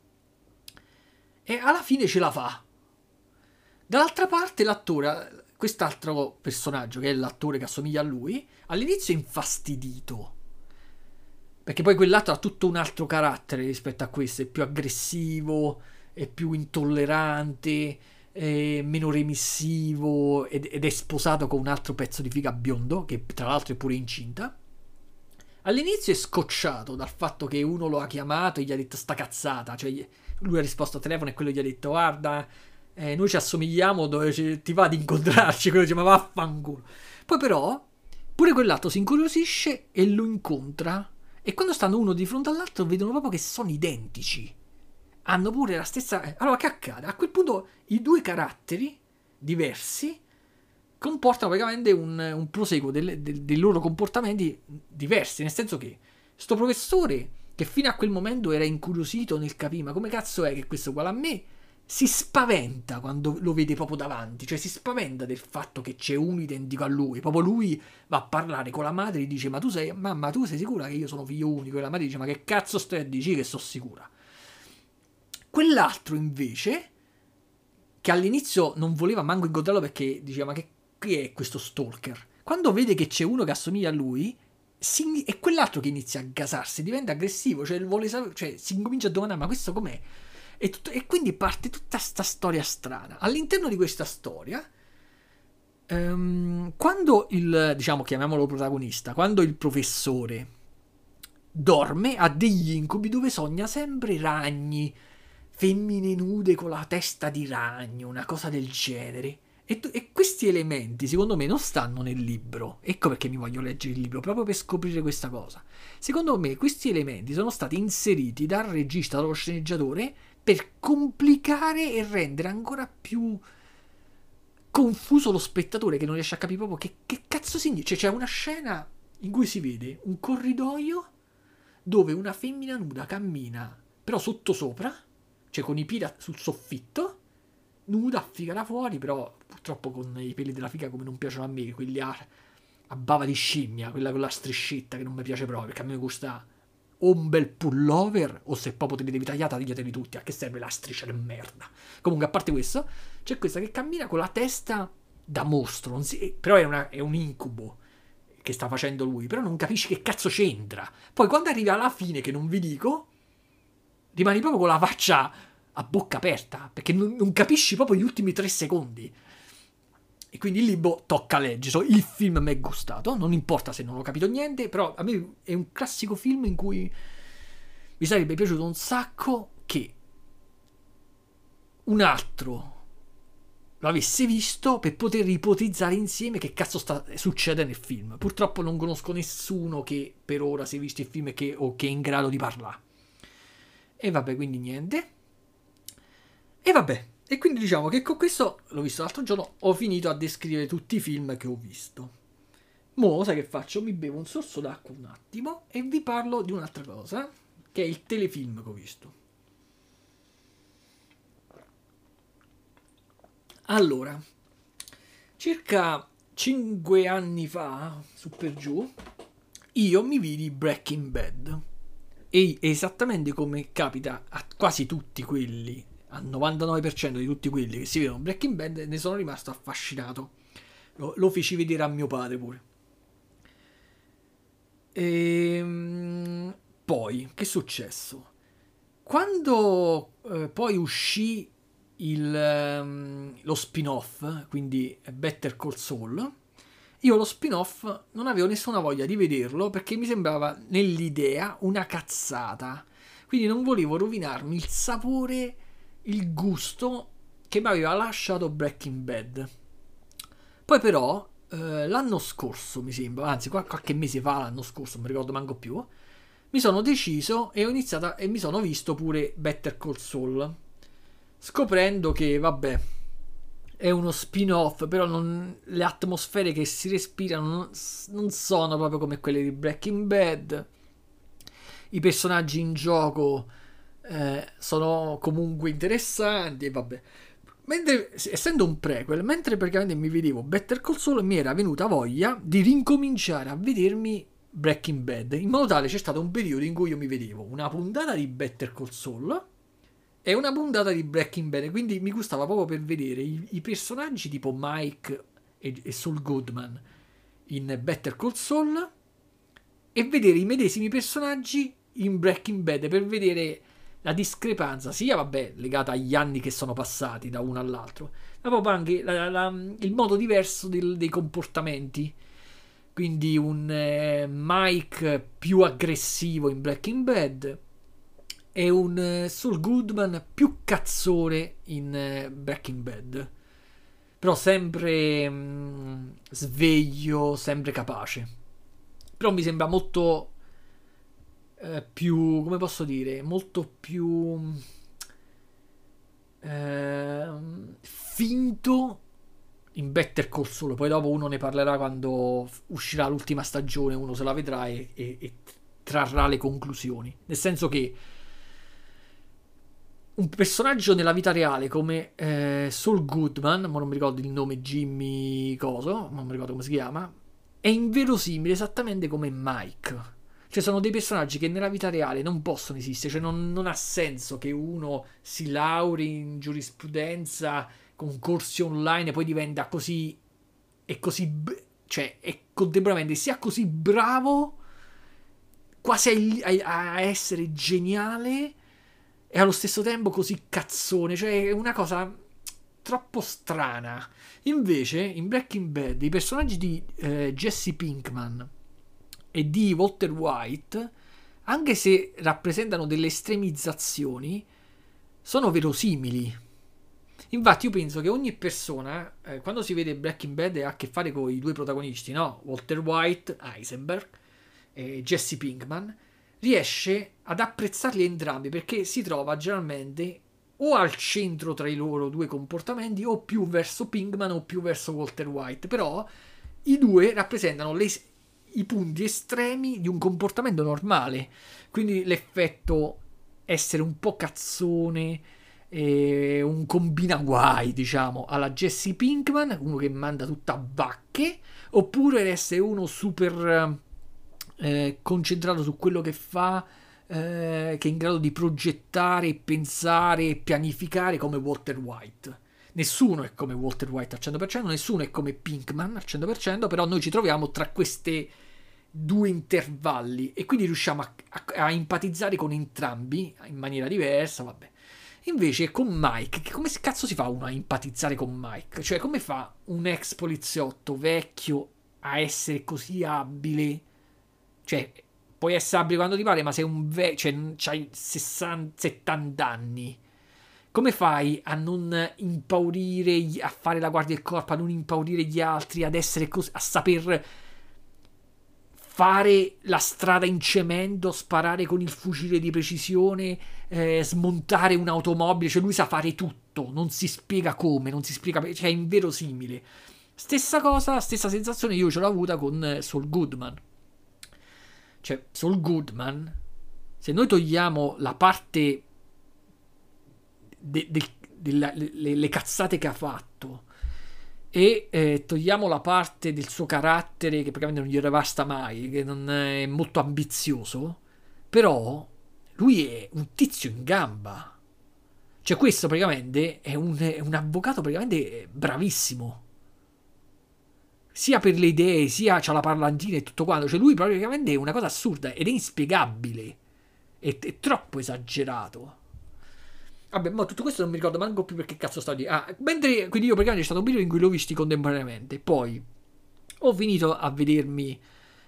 e alla fine ce la fa. Dall'altra parte l'attore, quest'altro personaggio che è l'attore che assomiglia a lui, all'inizio è infastidito perché poi quell'altro ha tutto un altro carattere rispetto a questo, è più aggressivo, è più intollerante, è meno remissivo ed è sposato con un altro pezzo di figa biondo che tra l'altro è pure incinta. All'inizio è scocciato dal fatto che uno lo ha chiamato e gli ha detto sta cazzata, cioè lui ha risposto al telefono e quello gli ha detto guarda, noi ci assomigliamo, ti va di incontrarci? Quello dice ma vaffanculo. Poi però pure quell'altro si incuriosisce e lo incontra, e quando stanno uno di fronte all'altro vedono proprio che sono identici, hanno pure la stessa... Allora che accade? A quel punto i due caratteri diversi comportano praticamente un proseguo dei loro comportamenti diversi, nel senso che sto professore, che fino a quel momento era incuriosito nel capire ma come cazzo è che questo è uguale a me, si spaventa quando lo vede proprio davanti, cioè si spaventa del fatto che c'è uno identico a lui, proprio lui va a parlare con la madre e dice mamma tu sei sicura che io sono figlio unico? E la madre dice ma che cazzo stai a dire che sono sicura? Quell'altro invece, che all'inizio non voleva manco incontrarlo perché diceva ma che chi è questo stalker? Quando vede che c'è uno che assomiglia a lui, è quell'altro che inizia a gasarsi, diventa aggressivo, cioè, si incomincia a domandare ma questo com'è? E quindi parte tutta sta storia strana. All'interno di questa storia, quando diciamo, chiamiamolo protagonista, quando il professore dorme, ha degli incubi dove sogna sempre ragni, femmine nude con la testa di ragno, una cosa del genere. E questi elementi, secondo me, non stanno nel libro. Ecco perché mi voglio leggere il libro, proprio per scoprire questa cosa. Secondo me, questi elementi sono stati inseriti dal regista, dallo sceneggiatore, per complicare e rendere ancora più confuso lo spettatore che non riesce a capire proprio che cazzo significa. Cioè, c'è una scena in cui si vede un corridoio dove una femmina nuda cammina, però sottosopra, cioè con i piedi sul soffitto, nuda, figa da fuori, però purtroppo con i peli della figa come non piacciono a me, quelli a bava di scimmia, quella con la striscetta che non mi piace proprio, perché a me gusta o un bel pullover, o se proprio te li devi tagliata, tagliateli tutti, a che serve la striscia di merda. Comunque, a parte questo, c'è questa che cammina con la testa da mostro, però è un incubo che sta facendo lui, però non capisci che cazzo c'entra. Poi quando arrivi alla fine, che non vi dico, rimani proprio con la faccia a bocca aperta, perché non capisci proprio gli ultimi 3 secondi. E quindi il libro tocca leggere. Il film mi è gustato, non importa se non ho capito niente, però a me è un classico film in cui mi sarebbe piaciuto un sacco che un altro lo avesse visto per poter ipotizzare insieme che cazzo succede nel film. Purtroppo non conosco nessuno che per ora si è visto il film o che è in grado di parlare. E vabbè, quindi niente. E vabbè, e quindi diciamo che con questo, l'ho visto l'altro giorno, ho finito a descrivere tutti i film che ho visto. Mo, sai che faccio? Mi bevo un sorso d'acqua un attimo e vi parlo di un'altra cosa, che è il telefilm che ho visto. Allora, circa 5 anni fa, su per giù, io mi vidi Breaking Bad. E esattamente come capita a quasi tutti quelli, al 99% di tutti quelli che si vedono Breaking Bad, ne sono rimasto affascinato. Lo feci vedere a mio padre pure. Poi, che è successo? Quando poi uscì lo spin-off, quindi Better Call Saul, io lo spin-off non avevo nessuna voglia di vederlo perché mi sembrava nell'idea una cazzata. Quindi non volevo rovinarmi il sapore, il gusto che mi aveva lasciato Breaking Bad. Poi però l'anno scorso, mi sembra, anzi qualche mese fa, l'anno scorso, non mi ricordo manco più, mi sono deciso e ho iniziato e mi sono visto pure Better Call Saul, scoprendo che vabbè è uno spin-off, però le atmosfere che si respirano non sono proprio come quelle di Breaking Bad. I personaggi in gioco sono comunque interessanti e vabbè. Mentre, essendo un prequel, mentre praticamente mi vedevo Better Call Saul, mi era venuta voglia di rincominciare a vedermi Breaking Bad, in modo tale c'è stato un periodo in cui io mi vedevo una puntata di Better Call Saul e una puntata di Breaking Bad, quindi mi gustava proprio per vedere i personaggi tipo Mike e Saul Goodman in Better Call Saul e vedere i medesimi personaggi in Breaking Bad per vedere la discrepanza sia vabbè legata agli anni che sono passati da uno all'altro, ma proprio anche il modo diverso dei comportamenti. Quindi un Mike più aggressivo in Breaking Bad e un Saul Goodman più cazzone in Breaking Bad, però sempre sveglio, sempre capace. Però mi sembra molto più, come posso dire, molto più finto in Better Call Saul. Poi dopo uno ne parlerà quando uscirà l'ultima stagione, uno se la vedrà e trarrà le conclusioni. Nel senso che un personaggio nella vita reale come Saul Goodman, ma non mi ricordo il nome, Jimmy Coso, non mi ricordo come si chiama, è inverosimile esattamente come Mike. Cioè sono dei personaggi che nella vita reale non possono esistere, cioè non ha senso che uno si lauri in giurisprudenza con corsi online e poi diventa così cioè è contemporaneamente sia così bravo quasi a essere geniale e allo stesso tempo così cazzone, cioè è una cosa troppo strana. Invece in Breaking Bad i personaggi di Jesse Pinkman e di Walter White, anche se rappresentano delle estremizzazioni, sono verosimili. Infatti io penso che ogni persona quando si vede Breaking Bad e ha a che fare con i due protagonisti, no? Walter White, Heisenberg e Jesse Pinkman, riesce ad apprezzarli entrambi perché si trova generalmente o al centro tra i loro due comportamenti o più verso Pinkman o più verso Walter White, però i due rappresentano i punti estremi di un comportamento normale, quindi l'effetto essere un po' cazzone, un combinaguai, diciamo, alla Jesse Pinkman, uno che manda tutta a vacche, oppure essere uno super concentrato su quello che fa, che è in grado di progettare, pensare e pianificare come Walter White. Nessuno è come Walter White al 100%, nessuno è come Pinkman al 100%, però noi ci troviamo tra questi due intervalli e quindi riusciamo a empatizzare con entrambi in maniera diversa, vabbè. Invece con Mike, come cazzo si fa uno a empatizzare con Mike? Cioè come fa un ex poliziotto vecchio a essere così abile? Cioè puoi essere abile quando ti pare, ma sei un vecchio, cioè c'hai 60-70 anni. Come fai a non impaurire, a fare la guardia del corpo, a non impaurire gli altri, ad essere così, a saper fare la strada in cemento, sparare con il fucile di precisione, smontare un'automobile, cioè lui sa fare tutto, non si spiega come, non si spiega, cioè è inverosimile. Stessa cosa, stessa sensazione io ce l'ho avuta con Saul Goodman. Cioè Saul Goodman, se noi togliamo la parte delle cazzate che ha fatto e togliamo la parte del suo carattere che praticamente non gli basta mai, che non è molto ambizioso, però lui è un tizio in gamba. Cioè questo praticamente è un avvocato praticamente bravissimo, sia per le idee, sia c'ha la parlantina e tutto quanto. Cioè lui praticamente è una cosa assurda ed è inspiegabile, è troppo esagerato. Vabbè, ma tutto questo non mi ricordo manco più perché cazzo stavo di. Mentre quindi io praticamente c'è stato un periodo in cui l'ho visti contemporaneamente. Poi ho finito a vedermi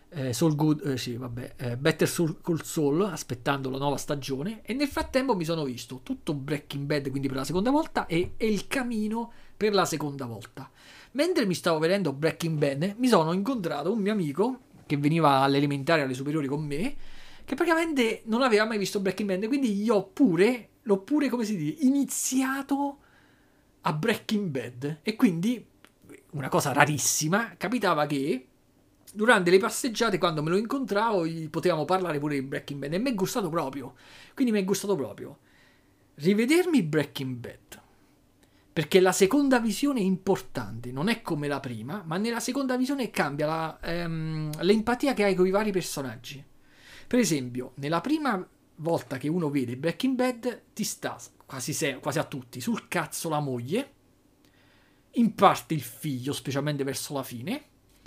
Better Call Saul, aspettando la nuova stagione. E nel frattempo mi sono visto tutto Breaking Bad, quindi per la seconda volta, e Il Camino per la seconda volta. Mentre mi stavo vedendo Breaking Bad, mi sono incontrato un mio amico che veniva alle elementari, alle superiori con me, che praticamente non aveva mai visto Breaking Bad, quindi l'ho pure, come si dice, iniziato a Breaking Bad. E quindi, una cosa rarissima, capitava che durante le passeggiate, quando me lo incontravo, potevamo parlare pure di Breaking Bad. E mi è gustato proprio. Quindi mi è gustato proprio rivedermi Breaking Bad, perché la seconda visione è importante, non è come la prima, ma nella seconda visione cambia l'empatia che hai con i vari personaggi. Per esempio, nella prima volta che uno vede Breaking Bad ti sta quasi a tutti sul cazzo la moglie, in parte il figlio, specialmente verso la fine,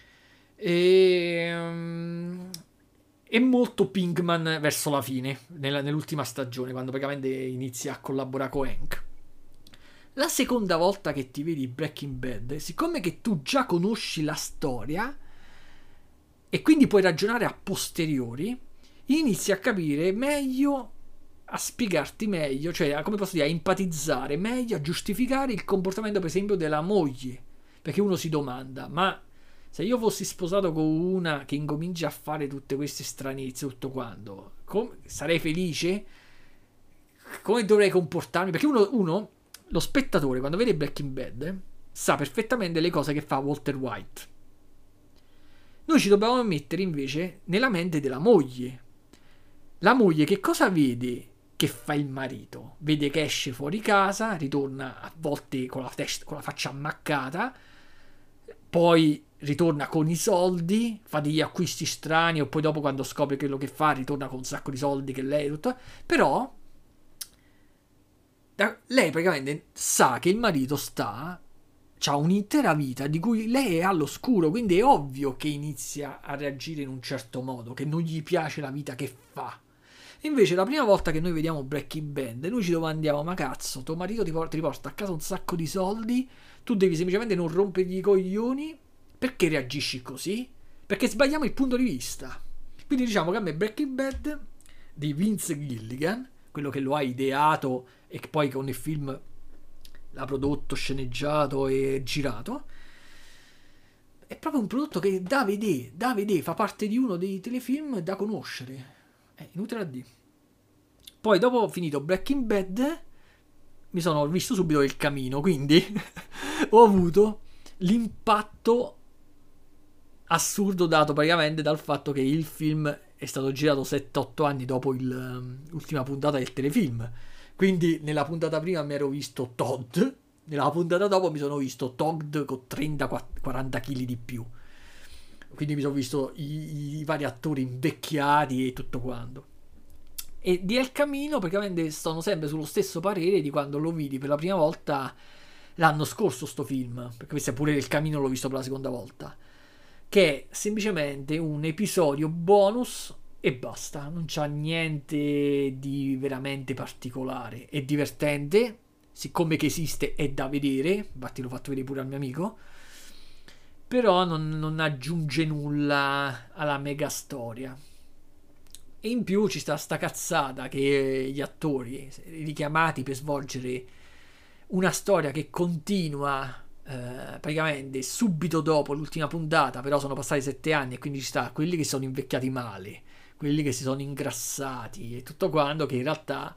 e molto Pinkman verso la fine, nell'ultima stagione, quando praticamente inizia a collaborare con Hank. La seconda volta che ti vedi Breaking Bad, siccome che tu già conosci la storia e quindi puoi ragionare a posteriori, inizi a capire meglio, a spiegarti meglio, cioè come posso dire, a empatizzare meglio, a giustificare il comportamento per esempio della moglie, perché uno si domanda, ma se io fossi sposato con una che incomincia a fare tutte queste stranezze, tutto quanto, sarei felice? Come dovrei comportarmi? Perché uno lo spettatore quando vede Breaking Bad sa perfettamente le cose che fa Walter White. Noi ci dobbiamo mettere invece nella mente della moglie. La moglie che cosa vede che fa il marito? Vede che esce fuori casa, ritorna a volte con la faccia ammaccata, poi ritorna con i soldi, fa degli acquisti strani, o poi dopo quando scopre quello che fa ritorna con un sacco di soldi che lei tutto. Però lei praticamente sa che il marito c'ha un'intera vita di cui lei è all'oscuro, quindi è ovvio che inizia a reagire in un certo modo, che non gli piace la vita che fa. Invece la prima volta che noi vediamo Breaking Bad, noi ci domandiamo: ma cazzo, tuo marito ti riporta a casa un sacco di soldi, tu devi semplicemente non rompergli i coglioni, perché reagisci così? Perché sbagliamo il punto di vista. Quindi diciamo che a me Breaking Bad di Vince Gilligan, quello che lo ha ideato e che poi con il film l'ha prodotto, sceneggiato e girato, è proprio un prodotto che da vedere, fa parte di uno dei telefilm da conoscere. È inutile a dire. Poi dopo finito Breaking Bad mi sono visto subito Il Camino, quindi ho avuto l'impatto assurdo dato praticamente dal fatto che il film è stato girato 7-8 anni dopo l'ultima puntata del telefilm. Quindi nella puntata prima mi ero visto Todd, nella puntata dopo mi sono visto Todd con 30-40 kg di più. Quindi mi sono visto i vari attori invecchiati e tutto quanto. E di El Camino praticamente sono sempre sullo stesso parere di quando lo vidi per la prima volta l'anno scorso sto film, perché questo è pure El Camino, l'ho visto per la seconda volta, che è semplicemente un episodio bonus e basta, non c'ha niente di veramente particolare. È divertente, siccome che esiste è da vedere, infatti l'ho fatto vedere pure al mio amico, però non aggiunge nulla alla mega storia. E in più ci sta cazzata che gli attori richiamati per svolgere una storia che continua praticamente subito dopo l'ultima puntata, però sono passati 7 anni e quindi ci sta quelli che sono invecchiati male, quelli che si sono ingrassati e tutto quanto, che in realtà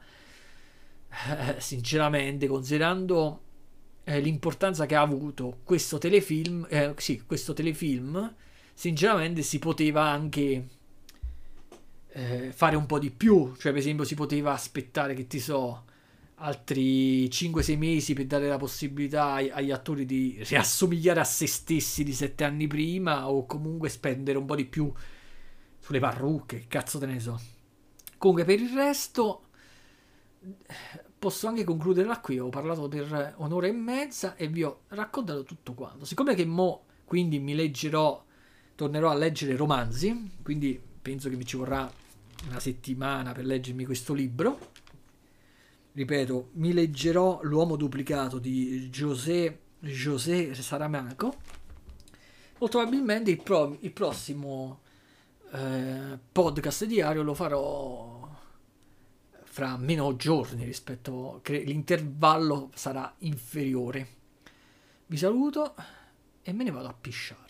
sinceramente, considerando l'importanza che ha avuto questo telefilm, sinceramente si poteva anche fare un po' di più. Cioè, per esempio, si poteva aspettare, che ti so, altri 5-6 mesi per dare la possibilità agli attori di riassomigliare a se stessi di 7 anni prima, o comunque spendere un po' di più sulle parrucche, cazzo te ne so. Comunque, per il resto posso anche concluderla qui. Ho parlato per un'ora e mezza e vi ho raccontato tutto quanto. Siccome che mo quindi tornerò a leggere romanzi, quindi penso che mi ci vorrà una settimana per leggermi questo libro. Ripeto, mi leggerò L'uomo duplicato di José Saramago. Molto probabilmente il prossimo podcast diario lo farò fra meno giorni rispetto, l'intervallo sarà inferiore. Vi saluto e me ne vado a pisciare.